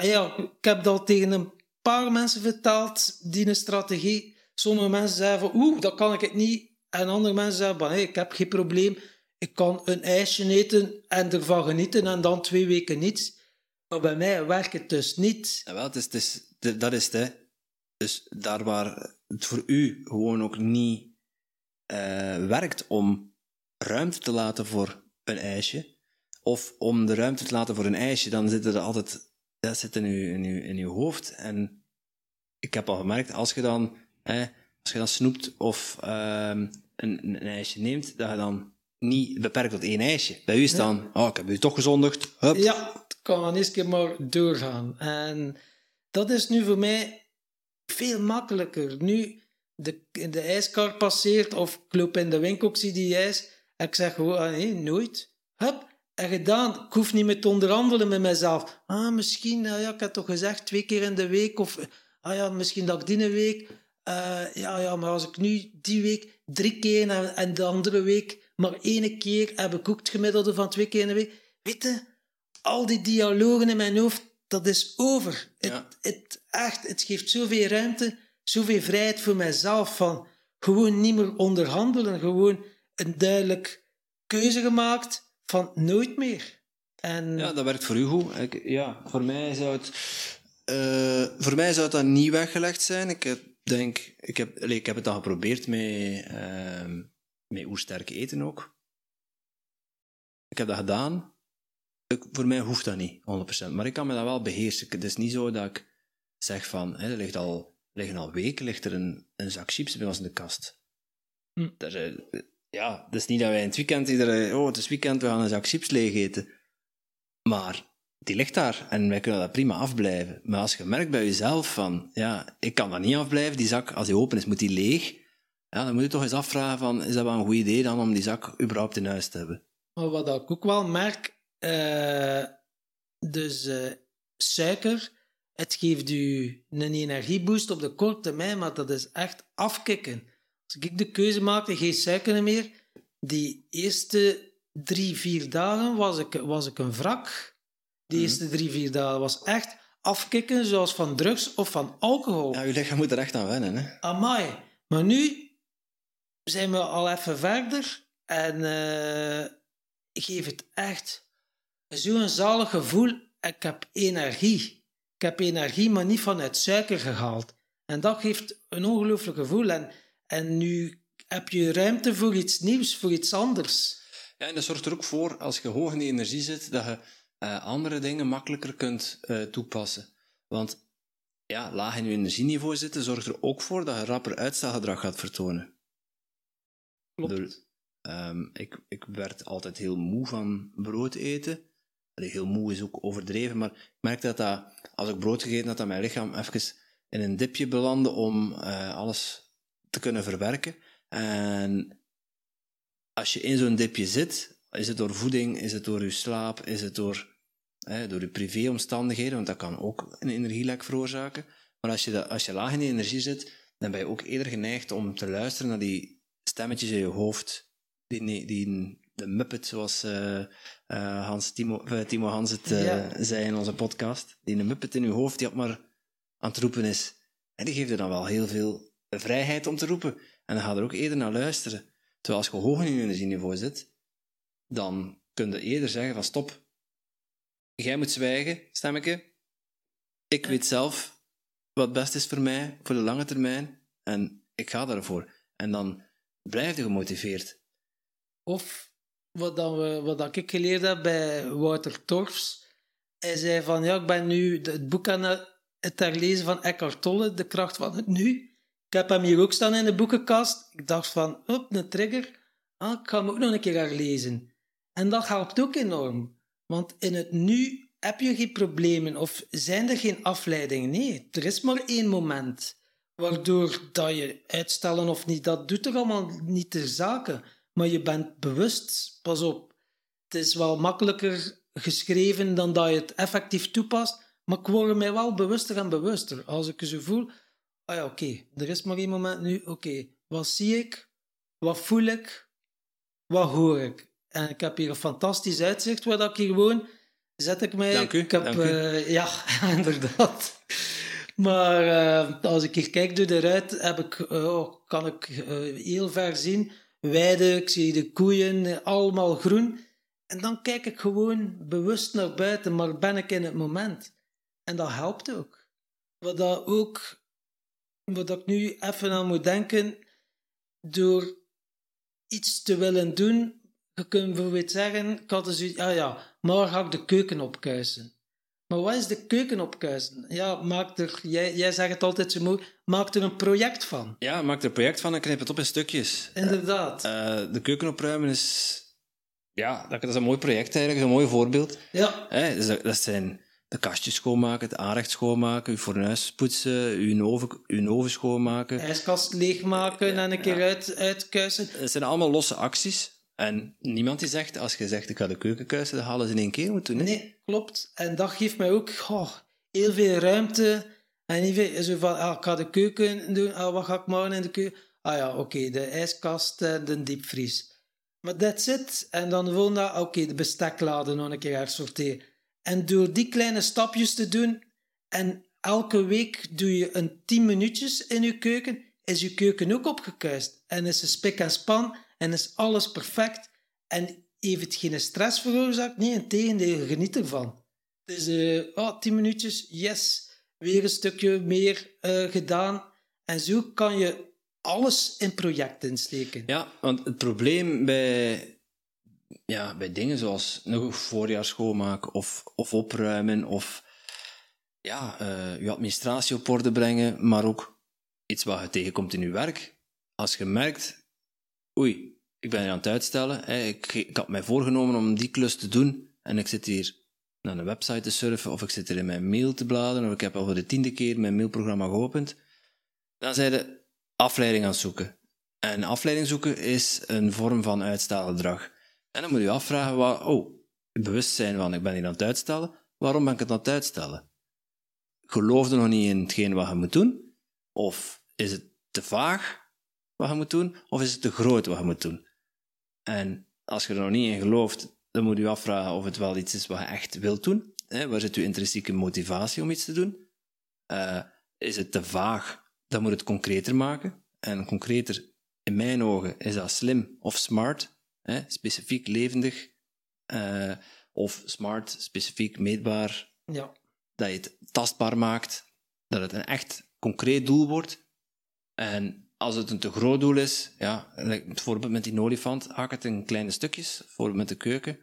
Ah ja, ik heb dat tegen een paar mensen verteld, die een strategie. Sommige mensen zeggen van, oeh, dat kan ik het niet. En andere mensen zeggen van, hey, ik heb geen probleem. Ik kan een ijsje eten en ervan genieten en dan twee weken niets. Maar bij mij werkt het dus niet. Ja, wel, het is, het is, de- dat is het, hè. Dus daar waar het voor u gewoon ook niet eh, werkt om ruimte te laten voor een ijsje, of om de ruimte te laten voor een ijsje, dan zit er altijd... Dat zit in uw, in, uw, in uw hoofd. En ik heb al gemerkt, als je dan, hè, als je dan snoept of ehm, een, een ijsje neemt, dat je dan niet beperkt tot één ijsje. Bij u is dan, oh, ik heb u toch gezondigd. Hup. Ja, het kan dan eens keer maar doorgaan. En dat is nu voor mij veel makkelijker. Nu de, de ijskar passeert of ik loop in de winkel, ik zie die ijs en ik zeg gewoon, ah, nee, nooit. Hup, en gedaan. Ik hoef niet meer te onderhandelen met mezelf. Ah, misschien, ah, ja, ik heb toch gezegd twee keer in de week of, ah ja, misschien dat ik die week, uh, ja, ja, maar als ik nu die week drie keer en, en de andere week maar één keer heb ik ook het gemiddelde van twee keer in de week. Weet je, al die dialogen in mijn hoofd, dat is over. Ja. Het, het, echt, het geeft zoveel ruimte, zoveel vrijheid voor mijzelf. Van gewoon niet meer onderhandelen. Gewoon een duidelijk keuze gemaakt van nooit meer. En... Ja, dat werkt voor u goed. Ik, ja, voor mij zou het... eh, voor mij zou het dan niet weggelegd zijn. Ik heb, denk... Ik heb, allee, ik heb het al geprobeerd met... ehm met oersterk eten ook. Ik heb dat gedaan. Ik, voor mij hoeft dat niet, honderd procent. Maar ik kan me dat wel beheersen. Het is niet zo dat ik zeg van... Hè, er ligt al, liggen al weken ligt er een, een zak chips bij ons in de kast. Hm. Dat is, ja, het is niet dat wij in het weekend... Iedere, oh, het is weekend, we gaan een zak chips leeg eten. Maar die ligt daar en wij kunnen dat prima afblijven. Maar als je merkt bij jezelf van... Ja, ik kan dat niet afblijven. Die zak, als die open is, moet die leeg... Ja, dan moet je toch eens afvragen van, is dat wel een goed idee dan om die zak überhaupt in huis te hebben? Maar wat ik ook wel merk, uh, dus uh, suiker, het geeft u een energieboost op de korte termijn, maar dat is echt afkicken. Als ik de keuze maakte, geen suiker meer, die eerste drie, vier dagen was ik, was ik een wrak. Die Mm. eerste drie, vier dagen was echt afkicken, zoals van drugs of van alcohol. Ja, je lichaam moet er echt aan wennen, hè? Amai. Maar nu zijn we al even verder en uh, ik geef het echt zo'n zalig gevoel. Ik heb energie. Ik heb energie, maar niet vanuit suiker gehaald. En dat geeft een ongelooflijk gevoel. En, en nu heb je ruimte voor iets nieuws, voor iets anders. Ja, en dat zorgt er ook voor, als je hoog in die energie zit, dat je uh, andere dingen makkelijker kunt uh, toepassen. Want ja, laag in je energieniveau zitten zorgt er ook voor dat je rapper uitstelgedrag gaat vertonen. Klopt. Door, um, ik, ik werd altijd heel moe van brood eten. Allee, heel moe is ook overdreven, maar ik merkte dat, dat als ik brood gegeten had, dat mijn lichaam even in een dipje belandde om uh, alles te kunnen verwerken. En als je in zo'n dipje zit, is het door voeding, is het door je slaap, is het door, hè, door je privéomstandigheden, want dat kan ook een energielek veroorzaken. Maar als je, dat, als je laag in die energie zit, dan ben je ook eerder geneigd om te luisteren naar die stemmetjes in je hoofd, die, die, de Muppet, zoals uh, uh, Hans, Timo, uh, Timo Hans het uh, ja. zei in onze podcast. Die Muppet in je hoofd die op maar aan het roepen is. En die geeft er dan wel heel veel vrijheid om te roepen. En dan ga je er ook eerder naar luisteren. Terwijl als je hoog in je energieniveau zit, dan kun je eerder zeggen van stop. Jij moet zwijgen, stemmeke. Ik weet zelf wat het best is voor mij, voor de lange termijn. En ik ga daarvoor. En dan blijf je gemotiveerd. Of wat, dan we, wat ik geleerd heb bij Wouter Torfs. Hij zei van, ja, ik ben nu het boek aan het herlezen van Eckhart Tolle, De kracht van het nu. Ik heb hem hier ook staan in de boekenkast. Ik dacht van, op, een trigger. Ah, ik ga hem ook nog een keer herlezen. En dat helpt ook enorm. Want in het nu heb je geen problemen of zijn er geen afleidingen. Nee, er is maar één moment. Waardoor dat je uitstellen of niet, dat doet er allemaal niet ter zake. Maar je bent bewust, pas op. Het is wel makkelijker geschreven dan dat je het effectief toepast. Maar ik word mij wel bewuster en bewuster. Als ik zo voel, ah ja, oké, okay, er is maar één moment nu. Oké, okay, wat zie ik? Wat voel ik? Wat hoor ik? En ik heb hier een fantastisch uitzicht waar ik hier woon. zet ik mij. Dank u, Ik heb, dank u. Uh, ja, inderdaad. Maar uh, als ik hier kijk door de ruit, heb ik, uh, kan ik uh, heel ver zien. Weiden, ik zie de koeien, allemaal groen. En dan kijk ik gewoon bewust naar buiten, maar ben ik in het moment. En dat helpt ook. Wat dat ook, wat ik nu even aan moet denken, door iets te willen doen, je kunt bijvoorbeeld zeggen, ik had dus, ja ja, morgen ga ik de keuken opkuisen. Maar wat is de keuken opkuisen? Ja, maak er, jij, jij zegt het altijd zo mooi, maak er een project van. Ja, maak er een project van en knip het op in stukjes. Inderdaad. Uh, de keuken opruimen is... Ja, dat is een mooi project eigenlijk, een mooi voorbeeld. Ja. Hè, dus dat, dat zijn de kastjes schoonmaken, het aanrecht schoonmaken, uw fornuis poetsen, uw oven, uw oven schoonmaken. IJskast leegmaken ja, en een keer ja. uit, uitkuisen. Het zijn allemaal losse acties. En niemand die zegt, als je zegt ik ga de keuken kuisen, dan halen ze in één keer moeten doen. Hè? Nee, klopt. En dat geeft mij ook oh, heel veel ruimte. En even zo van, ah, ik ga de keuken doen, ah, wat ga ik morgen in de keuken? Ah ja, oké, okay, de ijskast en de diepvries. Maar that's it. En dan de volgende dag, oké, okay, de besteklade nog een keer hersorteren. En door die kleine stapjes te doen, en elke week doe je een tien minuutjes in je keuken, is je keuken ook opgekuist. En is ze spik en span, en is alles perfect. En heeft het geen stress veroorzaakt? Nee, integendeel, je geniet ervan. Dus, uh, oh, tien minuutjes, yes, weer een stukje meer uh, gedaan. En zo kan je alles in project insteken. Ja, want het probleem bij, ja, bij dingen zoals nog voorjaar schoonmaken of, of opruimen of ja, uh, je administratie op orde brengen, maar ook iets wat je tegenkomt in je werk. Als je merkt, oei, ik ben hier aan het uitstellen, hè, ik, ik had mij voorgenomen om die klus te doen en ik zit hier naar een website te surfen of ik zit hier in mijn mail te bladeren of ik heb al voor de tiende keer mijn mailprogramma geopend, dan zijn de afleiding aan het zoeken. En afleiding zoeken is een vorm van uitstelgedrag. En dan moet je je afvragen, waar, oh, bewust zijn van, ik ben hier aan het uitstellen, waarom ben ik het aan het uitstellen? Geloof je nog niet in hetgeen wat je moet doen? Of is het te vaag wat je moet doen? Of is het te groot wat je moet doen? En als je er nog niet in gelooft, dan moet je je afvragen of het wel iets is wat je echt wilt doen. Hè? Waar zit je intrinsieke motivatie om iets te doen? Uh, is het te vaag? Dan moet het concreter maken. En concreter, in mijn ogen, is dat slim of smart. Hè? Specifiek levendig. Uh, of smart, specifiek meetbaar. Ja. Dat je het tastbaar maakt. Dat het een echt concreet doel wordt. En als het een te groot doel is, ja, bijvoorbeeld met die olifant, hak het in kleine stukjes, bijvoorbeeld met de keuken.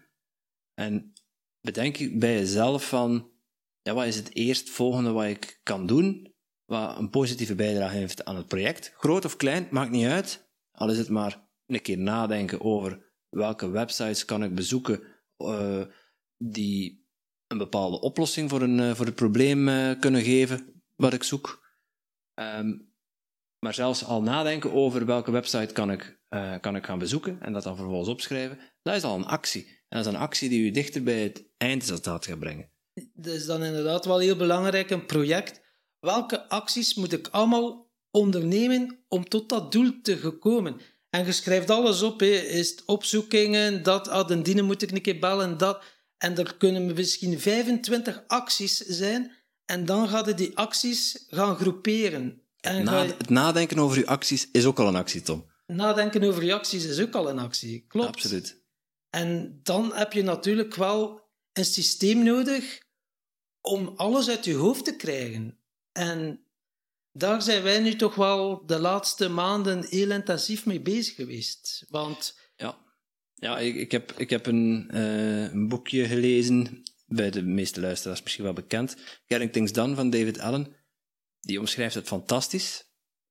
En bedenk bij jezelf van, ja, wat is het eerstvolgende wat ik kan doen, wat een positieve bijdrage heeft aan het project. Groot of klein, maakt niet uit. Al is het maar een keer nadenken over welke websites kan ik bezoeken uh, die een bepaalde oplossing voor, een, uh, voor het probleem uh, kunnen geven wat ik zoek. Um, maar zelfs al nadenken over welke website kan ik, uh, kan ik gaan bezoeken en dat dan vervolgens opschrijven, dat is al een actie. En dat is een actie die u dichter bij het eindresultaat gaat brengen. Dat is dan inderdaad wel heel belangrijk, een project. Welke acties moet ik allemaal ondernemen om tot dat doel te komen? En je schrijft alles op, hè. Is het opzoekingen, dat, ah, den dienen moet ik een keer bellen, dat. En er kunnen misschien vijfentwintig acties zijn en dan ga je die acties gaan groeperen. Het, na- je... het nadenken over je acties is ook al een actie, Tom. Nadenken over je acties is ook al een actie, klopt. Absoluut. En dan heb je natuurlijk wel een systeem nodig om alles uit je hoofd te krijgen. En daar zijn wij nu toch wel de laatste maanden heel intensief mee bezig geweest. Want... Ja, ja ik, ik, heb, ik heb een, uh, een boekje gelezen, bij de meeste luisteraars misschien wel bekend, Getting Things Done van David Allen. Die omschrijft het fantastisch.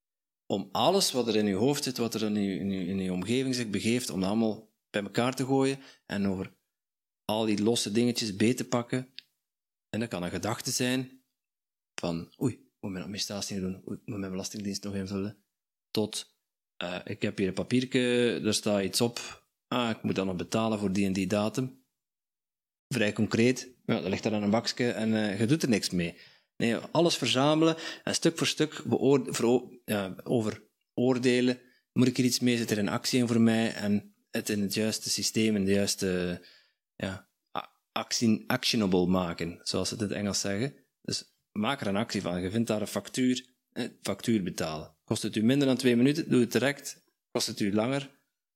Om alles wat er in je hoofd zit, wat er in je, in je, in je omgeving zich begeeft, om dat allemaal bij elkaar te gooien en over al die losse dingetjes beet te pakken. En dat kan een gedachte zijn van, oei, ik moet mijn administratie niet doen, oei, ik moet mijn belastingdienst nog invullen, tot, uh, ik heb hier een papiertje, daar staat iets op, ah, ik moet dan nog betalen voor die en die datum. Vrij concreet, ja, dat ligt daar aan een bakje en uh, je doet er niks mee. Nee, alles verzamelen en stuk voor stuk beoorde- vero- ja, over oordelen. Moet ik hier iets mee? Zit er een actie in voor mij? En het in het juiste systeem, in de juiste ja, actie, actionable maken, zoals ze het in het Engels zeggen. Dus maak er een actie van. Je vindt daar een factuur, een factuur betalen. Kost het u minder dan twee minuten, doe het direct. Kost het u langer,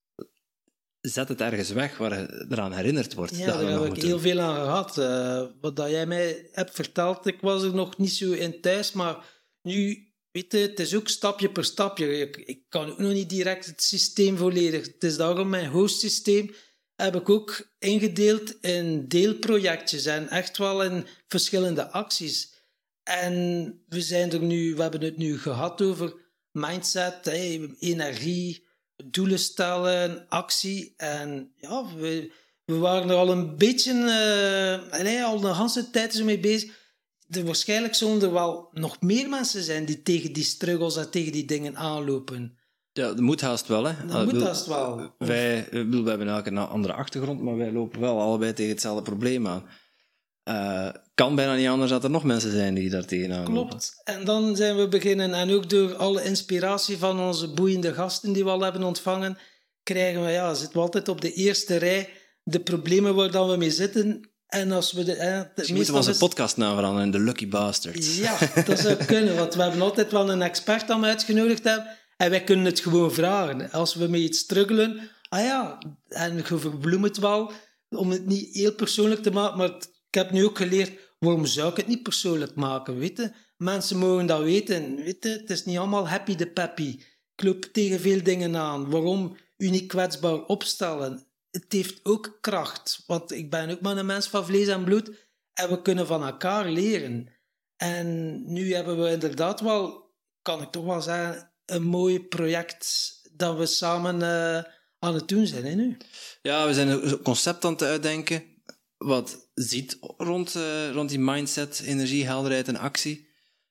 zet het ergens weg waar je eraan herinnerd wordt. Ja, dat daar heb ik moeten. heel veel aan gehad. Uh, wat dat jij mij hebt verteld, ik was er nog niet zo in thuis, maar nu, weet je, het is ook stapje per stapje. Ik, ik kan ook nog niet direct het systeem volledig. Het is daarom mijn host-systeem heb ik ook ingedeeld in deelprojectjes en echt wel in verschillende acties. En we zijn er nu, we hebben het nu gehad over mindset, hey, energie, doelen stellen, actie. En ja, we, we waren er al een beetje, uh, allee, al de hele tijd zo mee bezig. Er, waarschijnlijk zullen er wel nog meer mensen zijn die tegen die struggles en tegen die dingen aanlopen. Ja, dat moet haast wel, hè. Dat moet haast wel. Wij, we hebben elke een andere achtergrond, maar wij lopen wel allebei tegen hetzelfde probleem aan. Uh, kan bijna niet anders dat er nog mensen zijn die daar tegenaan lopen. Klopt. En dan zijn we beginnen, en ook door alle inspiratie van onze boeiende gasten die we al hebben ontvangen, krijgen we, ja, zitten we altijd op de eerste rij, de problemen waar dan we mee zitten. En als we de, eh, de dus moeten we onze is... podcastnaam veranderen in The Lucky Bastards. Ja, dat zou kunnen, want we hebben altijd wel een expert aan uitgenodigd hebben. En wij kunnen het gewoon vragen. Als we met iets struggelen, ah ja, en je verbloemt het wel, om het niet heel persoonlijk te maken, maar ik heb nu ook geleerd, waarom zou ik het niet persoonlijk maken, weet je? Mensen mogen dat weten, weet je? Het is niet allemaal happy de peppy. Ik loop tegen veel dingen aan. Waarom u niet kwetsbaar opstellen? Het heeft ook kracht, want ik ben ook maar een mens van vlees en bloed en we kunnen van elkaar leren. En nu hebben we inderdaad wel, kan ik toch wel zeggen, een mooi project dat we samen uh, aan het doen zijn, hè, nu. Ja, we zijn een concept aan het uitdenken wat ziet rond, uh, rond die mindset, energie, helderheid en actie.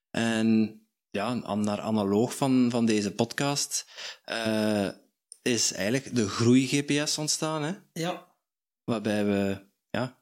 En ja, naar analoog van, van deze podcast uh, is eigenlijk de groei-G P S ontstaan, hè? Ja. Waarbij we ja,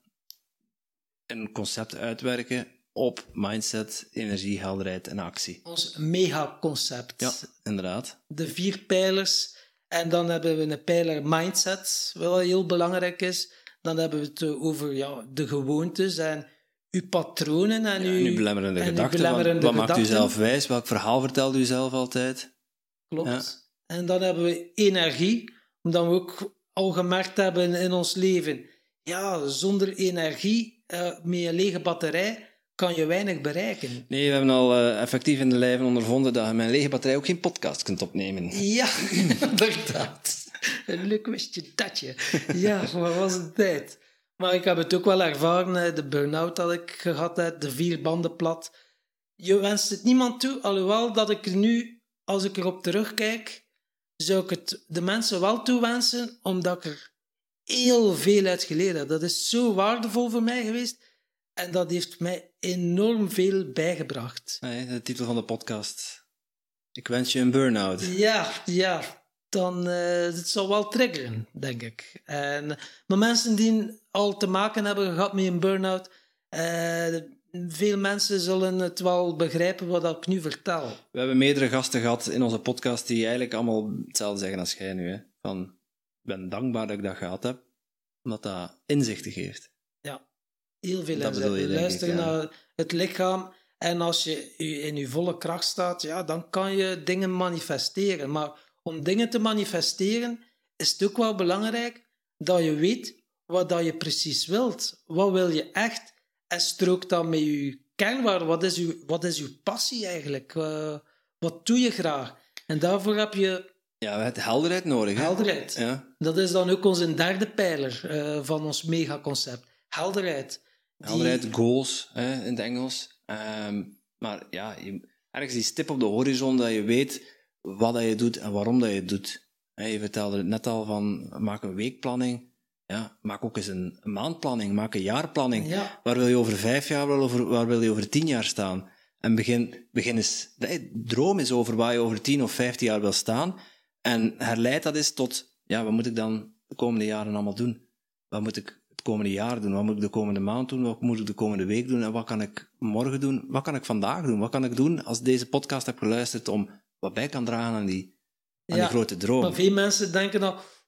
een concept uitwerken op mindset, energie, helderheid en actie. Ons megaconcept. Ja, inderdaad. De vier pijlers. En dan hebben we een pijler mindset, wat heel belangrijk is. Dan hebben we het over ja, de gewoontes en uw patronen en, ja, uw, en uw belemmerende en gedachten. uw belemmerende wat gedachten. maakt u zelf wijs? Welk verhaal vertelt u zelf altijd? Klopt. Ja. En dan hebben we energie, omdat we ook al gemerkt hebben in ons leven. Ja, zonder energie, uh, met een lege batterij, kan je weinig bereiken. Nee, we hebben al uh, effectief in de lijven ondervonden dat je met een lege batterij ook geen podcast kunt opnemen. Ja, inderdaad. Een leuk wistje datje. Ja, wat was een tijd. Maar ik heb het ook wel ervaren, de burn-out dat ik gehad heb, de vier banden plat. Je wenst het niemand toe, alhoewel dat ik er nu, als ik erop terugkijk, zou ik het de mensen wel toewensen, omdat ik er heel veel uit geleerd heb. Dat is zo waardevol voor mij geweest. En dat heeft mij enorm veel bijgebracht. Nee, de titel van de podcast. Ik wens je een burn-out. Ja, ja. Dan uh, het zal wel triggeren, denk ik. En, maar mensen die al te maken hebben gehad met een burn-out, uh, veel mensen zullen het wel begrijpen wat ik nu vertel. We hebben meerdere gasten gehad in onze podcast die eigenlijk allemaal hetzelfde zeggen als jij nu. Hè? Van, ik ben dankbaar dat ik dat gehad heb, omdat dat inzichten geeft. Ja, heel veel dat bedoel je, denk luisteren ik, ja. naar het lichaam. En als je in je volle kracht staat, ja, dan kan je dingen manifesteren. Maar om dingen te manifesteren is het ook wel belangrijk dat je weet wat dat je precies wilt. Wat wil je echt? En strook dat met je kernwaarde. Wat is uw, wat is uw passie eigenlijk? Uh, wat doe je graag? En daarvoor heb je... Ja, we hebben helderheid nodig. Hè? Helderheid. Ja. Dat is dan ook onze derde pijler uh, van ons megaconcept. Helderheid. Die... Helderheid, goals hè, in het Engels. Um, maar ja, je, ergens die stip op de horizon dat je weet wat dat je doet en waarom dat je het doet. Je vertelde het net al van, maak een weekplanning. Ja, maak ook eens een maandplanning, maak een jaarplanning. Ja. Waar wil je over vijf jaar, waar wil, waar wil je over tien jaar staan? En begin, begin eens, droom eens over waar je over tien of vijftien jaar wil staan. En herleid dat eens tot, ja, wat moet ik dan de komende jaren allemaal doen? Wat moet ik het komende jaar doen? Wat moet ik de komende maand doen? Wat moet ik de komende week doen? En wat kan ik morgen doen? Wat kan ik vandaag doen? Wat kan ik doen als deze podcast heb geluisterd om wat bij kan dragen aan die, aan ja, die grote droom? Maar veel mensen denken dan,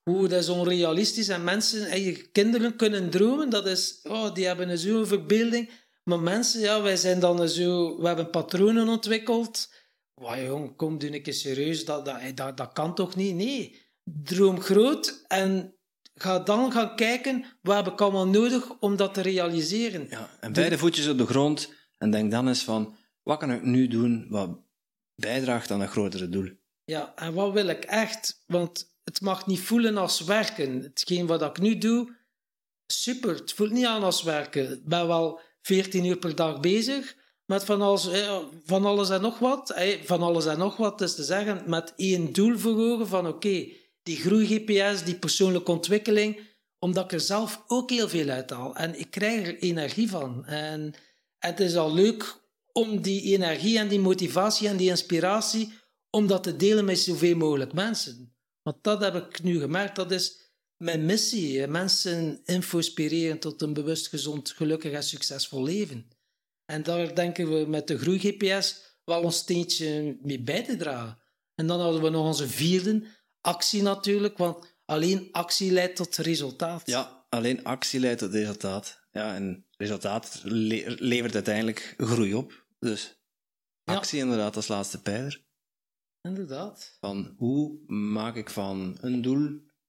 hoe dat is onrealistisch. En mensen, en je kinderen kunnen dromen, dat is, oh, die hebben zo'n verbeelding. Maar mensen, ja, wij zijn dan zo, we hebben patronen ontwikkeld. Wauw, jong, kom, doe een keer serieus, dat, dat, dat, dat kan toch niet? Nee, droom groot en ga dan gaan kijken, wat heb ik allemaal nodig om dat te realiseren. Ja, en beide voetjes op de grond en denk dan eens van, wat kan ik nu doen wat bijdraagt aan dat grotere doel? Ja, en wat wil ik echt? Want het mag niet voelen als werken. Hetgeen wat ik nu doe, super, het voelt niet aan als werken. Ik ben wel veertien uur per dag bezig met van alles, van alles en nog wat. Van alles en nog wat, is te zeggen, met één doel voor ogen van oké, okay, die groei-G P S, die persoonlijke ontwikkeling, omdat ik er zelf ook heel veel uithaal. En ik krijg er energie van. En, en het is al leuk om die energie en die motivatie en die inspiratie, om dat te delen met zoveel mogelijk mensen. Want dat heb ik nu gemerkt, dat is mijn missie. Mensen inspireren tot een bewust, gezond, gelukkig en succesvol leven. En daar denken we met de groei-G P S wel ons steentje mee bij te dragen. En dan hadden we nog onze vierde, actie natuurlijk, want alleen actie leidt tot resultaat. Ja, alleen actie leidt tot resultaat. Ja, en resultaat le- levert uiteindelijk groei op. Dus actie ja. Inderdaad als laatste pijler. Inderdaad. Van hoe maak ik van een doel,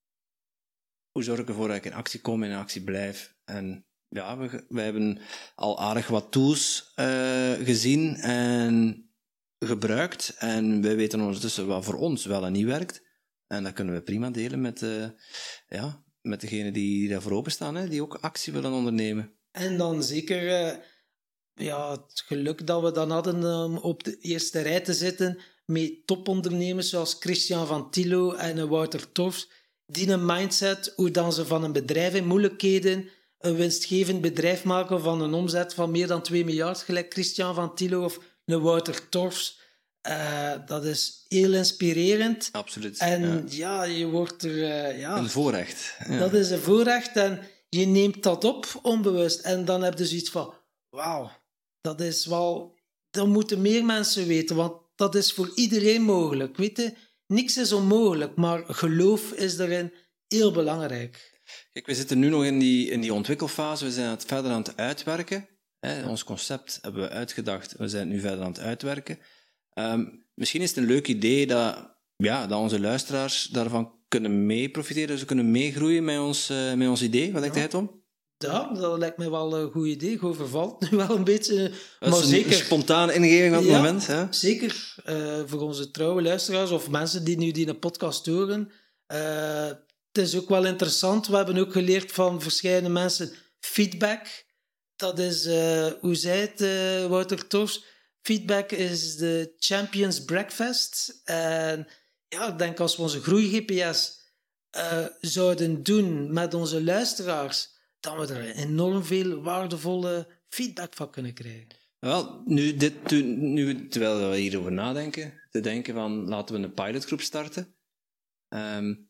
hoe zorg ik ervoor dat ik in actie kom en in actie blijf. En ja, we, we hebben al aardig wat tools uh, gezien en gebruikt. En wij weten ondertussen wat voor ons wel en niet werkt. En dat kunnen we prima delen met, uh, ja, met degenen die daarvoor openstaan, hè, die ook actie willen ondernemen. En dan zeker uh, ja, het geluk dat we dan hadden om op de eerste rij te zitten met topondernemers zoals Christian van Thilo en Wouter Torfs, die een mindset, hoe dan ze van een bedrijf in moeilijkheden een winstgevend bedrijf maken van een omzet van meer dan twee miljard, gelijk Christian van Thilo of een Wouter Torfs. Uh, dat is heel inspirerend. Absoluut. En ja, ja je wordt er... Uh, ja, een voorrecht. Ja. Dat is een voorrecht en je neemt dat op onbewust. En dan heb je zoiets van, wauw, dat is wel... Dat moeten meer mensen weten, want dat is voor iedereen mogelijk. Weet je, niks is onmogelijk, maar geloof is daarin heel belangrijk. Kijk, we zitten nu nog in die, in die ontwikkelfase. We zijn het verder aan het uitwerken. Hè. Ons concept hebben we uitgedacht. We zijn het nu verder aan het uitwerken. Um, misschien is het een leuk idee dat, ja, dat onze luisteraars daarvan kunnen mee profiteren. Ze kunnen meegroeien met ons, uh, met ons idee. Wat denkt jij, Tom? Ja, dat lijkt mij wel een goed idee. Goed vervalt nu wel een beetje. Dat maar is zeker, een spontane ingeving op het ja, moment. Hè? Zeker. Uh, voor onze trouwe luisteraars of mensen die nu die een podcast horen. Uh, het is ook wel interessant. We hebben ook geleerd van verschillende mensen feedback. Dat is, uh, hoe zei het uh, Wouter Torfs? Feedback is de Champions Breakfast. En ja, ik denk als we onze groei-G P S uh, zouden doen met onze luisteraars, dat we er enorm veel waardevolle feedback van kunnen krijgen. Wel, nu, dit, nu terwijl we hierover nadenken, te denken van laten we een pilotgroep starten. Um,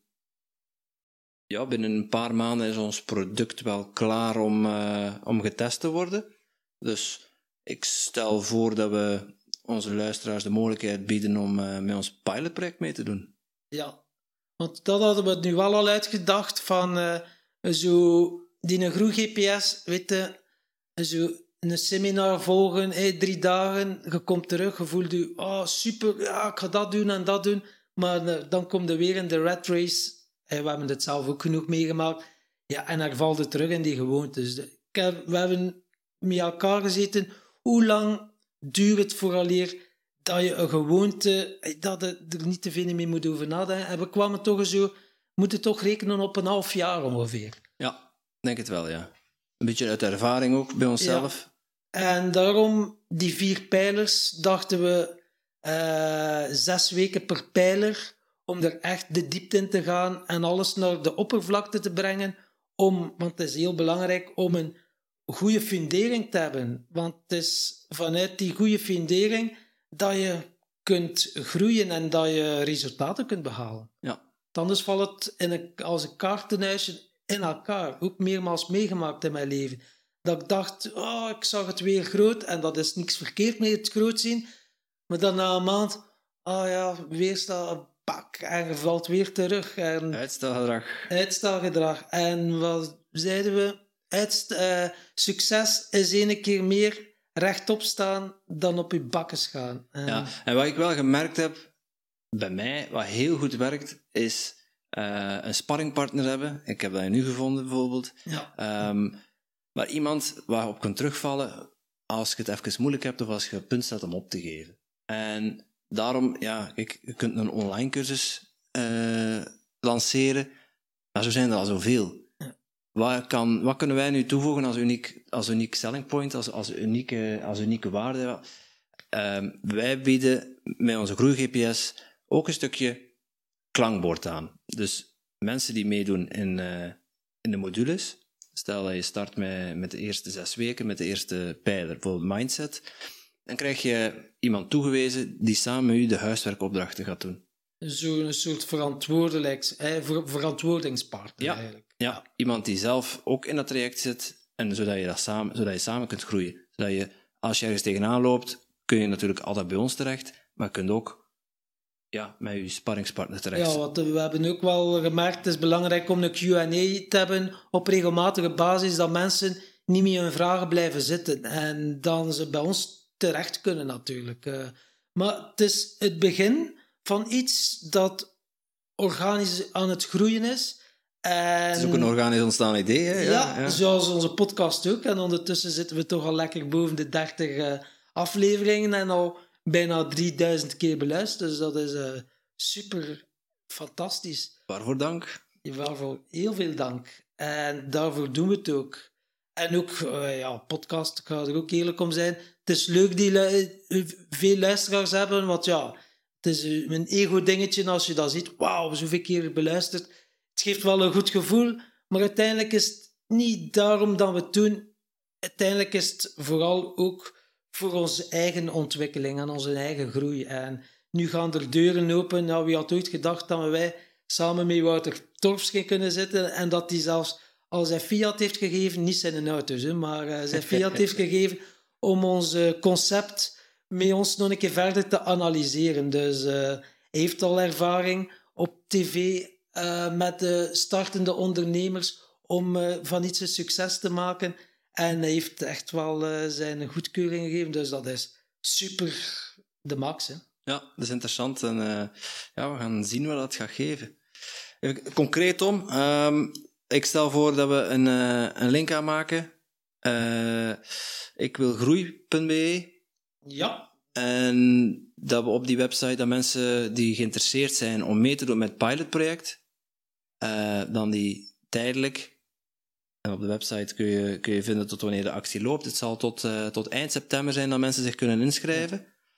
ja, binnen een paar maanden is ons product wel klaar om, uh, om getest te worden. Dus ik stel voor dat we onze luisteraars de mogelijkheid bieden om uh, met ons pilotproject mee te doen. Ja, want dat hadden we nu wel al uitgedacht van uh, zo die een groei-G P S, weet je, zo een seminar volgen, hey, drie dagen, je komt terug, je voelt je, oh super, ja, ik ga dat doen en dat doen, maar uh, dan komt er weer in de rat race, hey, we hebben het zelf ook genoeg meegemaakt, ja, en dan valt het terug in die gewoontes. Ik heb, we hebben met elkaar gezeten, hoe lang duurt het vooraleer dat je een gewoonte, dat je er niet te veel mee moet over nadenken, en we kwamen toch zo, moeten toch rekenen op een half jaar ongeveer. Ja, denk het wel, ja. Een beetje uit ervaring ook bij onszelf. Ja. En daarom, die vier pijlers, dachten we uh, zes weken per pijler, om er echt de diepte in te gaan en alles naar de oppervlakte te brengen, om, want het is heel belangrijk om een goede fundering te hebben. Want het is vanuit die goede fundering dat je kunt groeien en dat je resultaten kunt behalen. Ja. Anders valt het in een, als een kaartenhuisje in elkaar. Ook meermaals meegemaakt in mijn leven. Dat ik dacht, oh, ik zag het weer groot. En dat is niks verkeerd met het groot zien. Maar dan na een maand, oh ja, weer staat pak, en je valt weer terug. En Uitstelgedrag. Uitstelgedrag. En wat zeiden we? Uitst- uh, succes is ene keer meer rechtop staan dan op je bakken gaan. En... Ja, en wat ik wel gemerkt heb, bij mij, wat heel goed werkt, is uh, een sparringpartner hebben. Ik heb dat nu gevonden, bijvoorbeeld. Ja. Um, maar iemand waarop kunt terugvallen als je het even moeilijk hebt of als je op punt staat om op te geven. En daarom, ja, kijk, je kunt een online cursus uh, lanceren, maar zo zijn er al zoveel. Ja. Wat, kan, wat kunnen wij nu toevoegen als uniek, als uniek selling point, als, als, unieke, als unieke waarde? Um, wij bieden met onze Groei G P S ook een stukje klankbord aan. Dus mensen die meedoen in, uh, in de modules, stel dat je start met, met de eerste zes weken, met de eerste pijler, bijvoorbeeld mindset, dan krijg je iemand toegewezen die samen met u de huiswerkopdrachten gaat doen. Zo'n soort verantwoordelijks, eh, ver, verantwoordingspartner ja, eigenlijk. Ja, iemand die zelf ook in dat traject zit, en zodat je, dat samen, zodat je samen kunt groeien. Zodat je, als je ergens tegenaan loopt, kun je natuurlijk altijd bij ons terecht, maar je kunt ook ja, met je sparringspartner terecht. Ja, want we hebben ook wel gemerkt, het is belangrijk om een Q en A te hebben op regelmatige basis, dat mensen niet meer hun vragen blijven zitten. En dan ze bij ons terecht kunnen natuurlijk. Uh, maar het is het begin van iets dat organisch aan het groeien is. En... Het is ook een organisch ontstaan idee, hè? Ja, ja, ja, zoals onze podcast ook. En ondertussen zitten we toch al lekker boven de dertig uh, afleveringen en al bijna drieduizend keer beluisterd. Dus dat is uh, super fantastisch. Waarvoor dank? Waarvoor heel veel dank. En daarvoor doen we het ook. En ook, uh, ja, podcast, ik ga er ook eerlijk om zijn. Het is leuk die lu- veel luisteraars hebben, want ja, het is een ego-dingetje als je dat ziet. Wauw, zoveel keer beluisterd. Het geeft wel een goed gevoel, maar uiteindelijk is het niet daarom dat we het doen. Uiteindelijk is het vooral ook voor onze eigen ontwikkeling en onze eigen groei. En nu gaan er deuren open. Nou, wie had ooit gedacht dat wij samen met Wouter Torfs kunnen zitten en dat hij zelfs al zijn Fiat heeft gegeven, niet zijn auto's, hè, maar uh, zijn Fiat heeft gegeven om ons uh, concept met ons nog een keer verder te analyseren. Dus uh, hij heeft al ervaring op tv uh, met de startende ondernemers om uh, van iets een succes te maken. En hij heeft echt wel uh, zijn goedkeuring gegeven. Dus dat is super de max. Hè. Ja, dat is interessant. En uh, ja, we gaan zien wat dat gaat geven. Even concreet om, um, ik stel voor dat we een, uh, een link aanmaken. Uh, ik wil groei punt b e. Ja. En dat we op die website, dat mensen die geïnteresseerd zijn om mee te doen met het pilotproject, uh, dan die tijdelijk... En op de website kun je, kun je vinden tot wanneer de actie loopt. Het zal tot, uh, tot eind september zijn dat mensen zich kunnen inschrijven.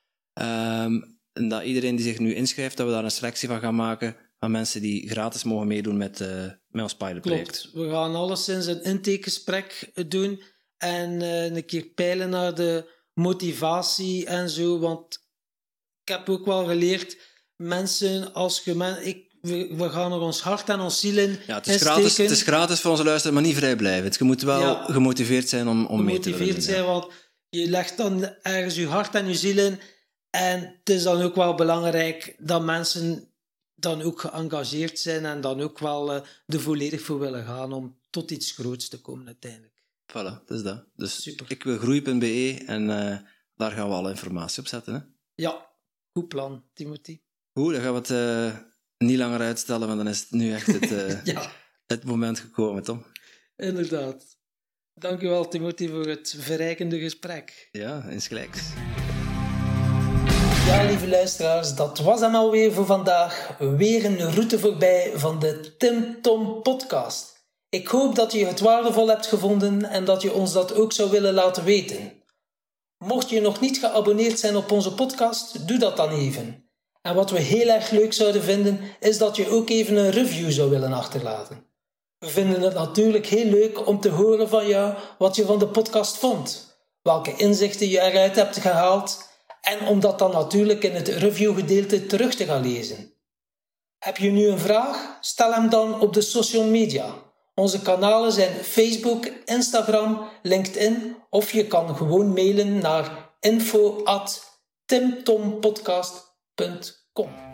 Um, en dat iedereen die zich nu inschrijft, dat we daar een selectie van gaan maken van mensen die gratis mogen meedoen met, uh, met ons pilotproject. Klopt. We gaan alleszins een intakegesprek doen en uh, een keer peilen naar de motivatie en zo. Want ik heb ook wel geleerd, mensen, als je... Men, ik, We, we gaan er ons hart en ons ziel in ja, het, is gratis, het is gratis voor onze luisteraar, maar niet vrijblijvend. Je moet wel ja, gemotiveerd zijn om, om mee te doen. Gemotiveerd zijn, ja. Want je legt dan ergens je hart en je ziel in. En het is dan ook wel belangrijk dat mensen dan ook geëngageerd zijn en dan ook wel uh, er volledig voor willen gaan om tot iets groots te komen uiteindelijk. Voilà, dat is dat. Dus super. Ik wil groei punt b e en uh, daar gaan we alle informatie op zetten. Hè? Ja, goed plan, Timothy. Goed, dan gaan we het... Uh, niet langer uitstellen, want dan is het nu echt het, uh, ja. het moment gekomen, Tom. Inderdaad. Dank u wel, Timothy, voor het verrijkende gesprek. Ja, insgelijks. Ja, lieve luisteraars, dat was hem alweer voor vandaag. Weer een route voorbij van de Tim Tom podcast. Ik hoop dat je het waardevol hebt gevonden en dat je ons dat ook zou willen laten weten. Mocht je nog niet geabonneerd zijn op onze podcast, doe dat dan even. En wat we heel erg leuk zouden vinden, is dat je ook even een review zou willen achterlaten. We vinden het natuurlijk heel leuk om te horen van jou wat je van de podcast vond, welke inzichten je eruit hebt gehaald en om dat dan natuurlijk in het reviewgedeelte terug te gaan lezen. Heb je nu een vraag? Stel hem dan op de social media. Onze kanalen zijn Facebook, Instagram, LinkedIn of je kan gewoon mailen naar info at timtompodcast punt com.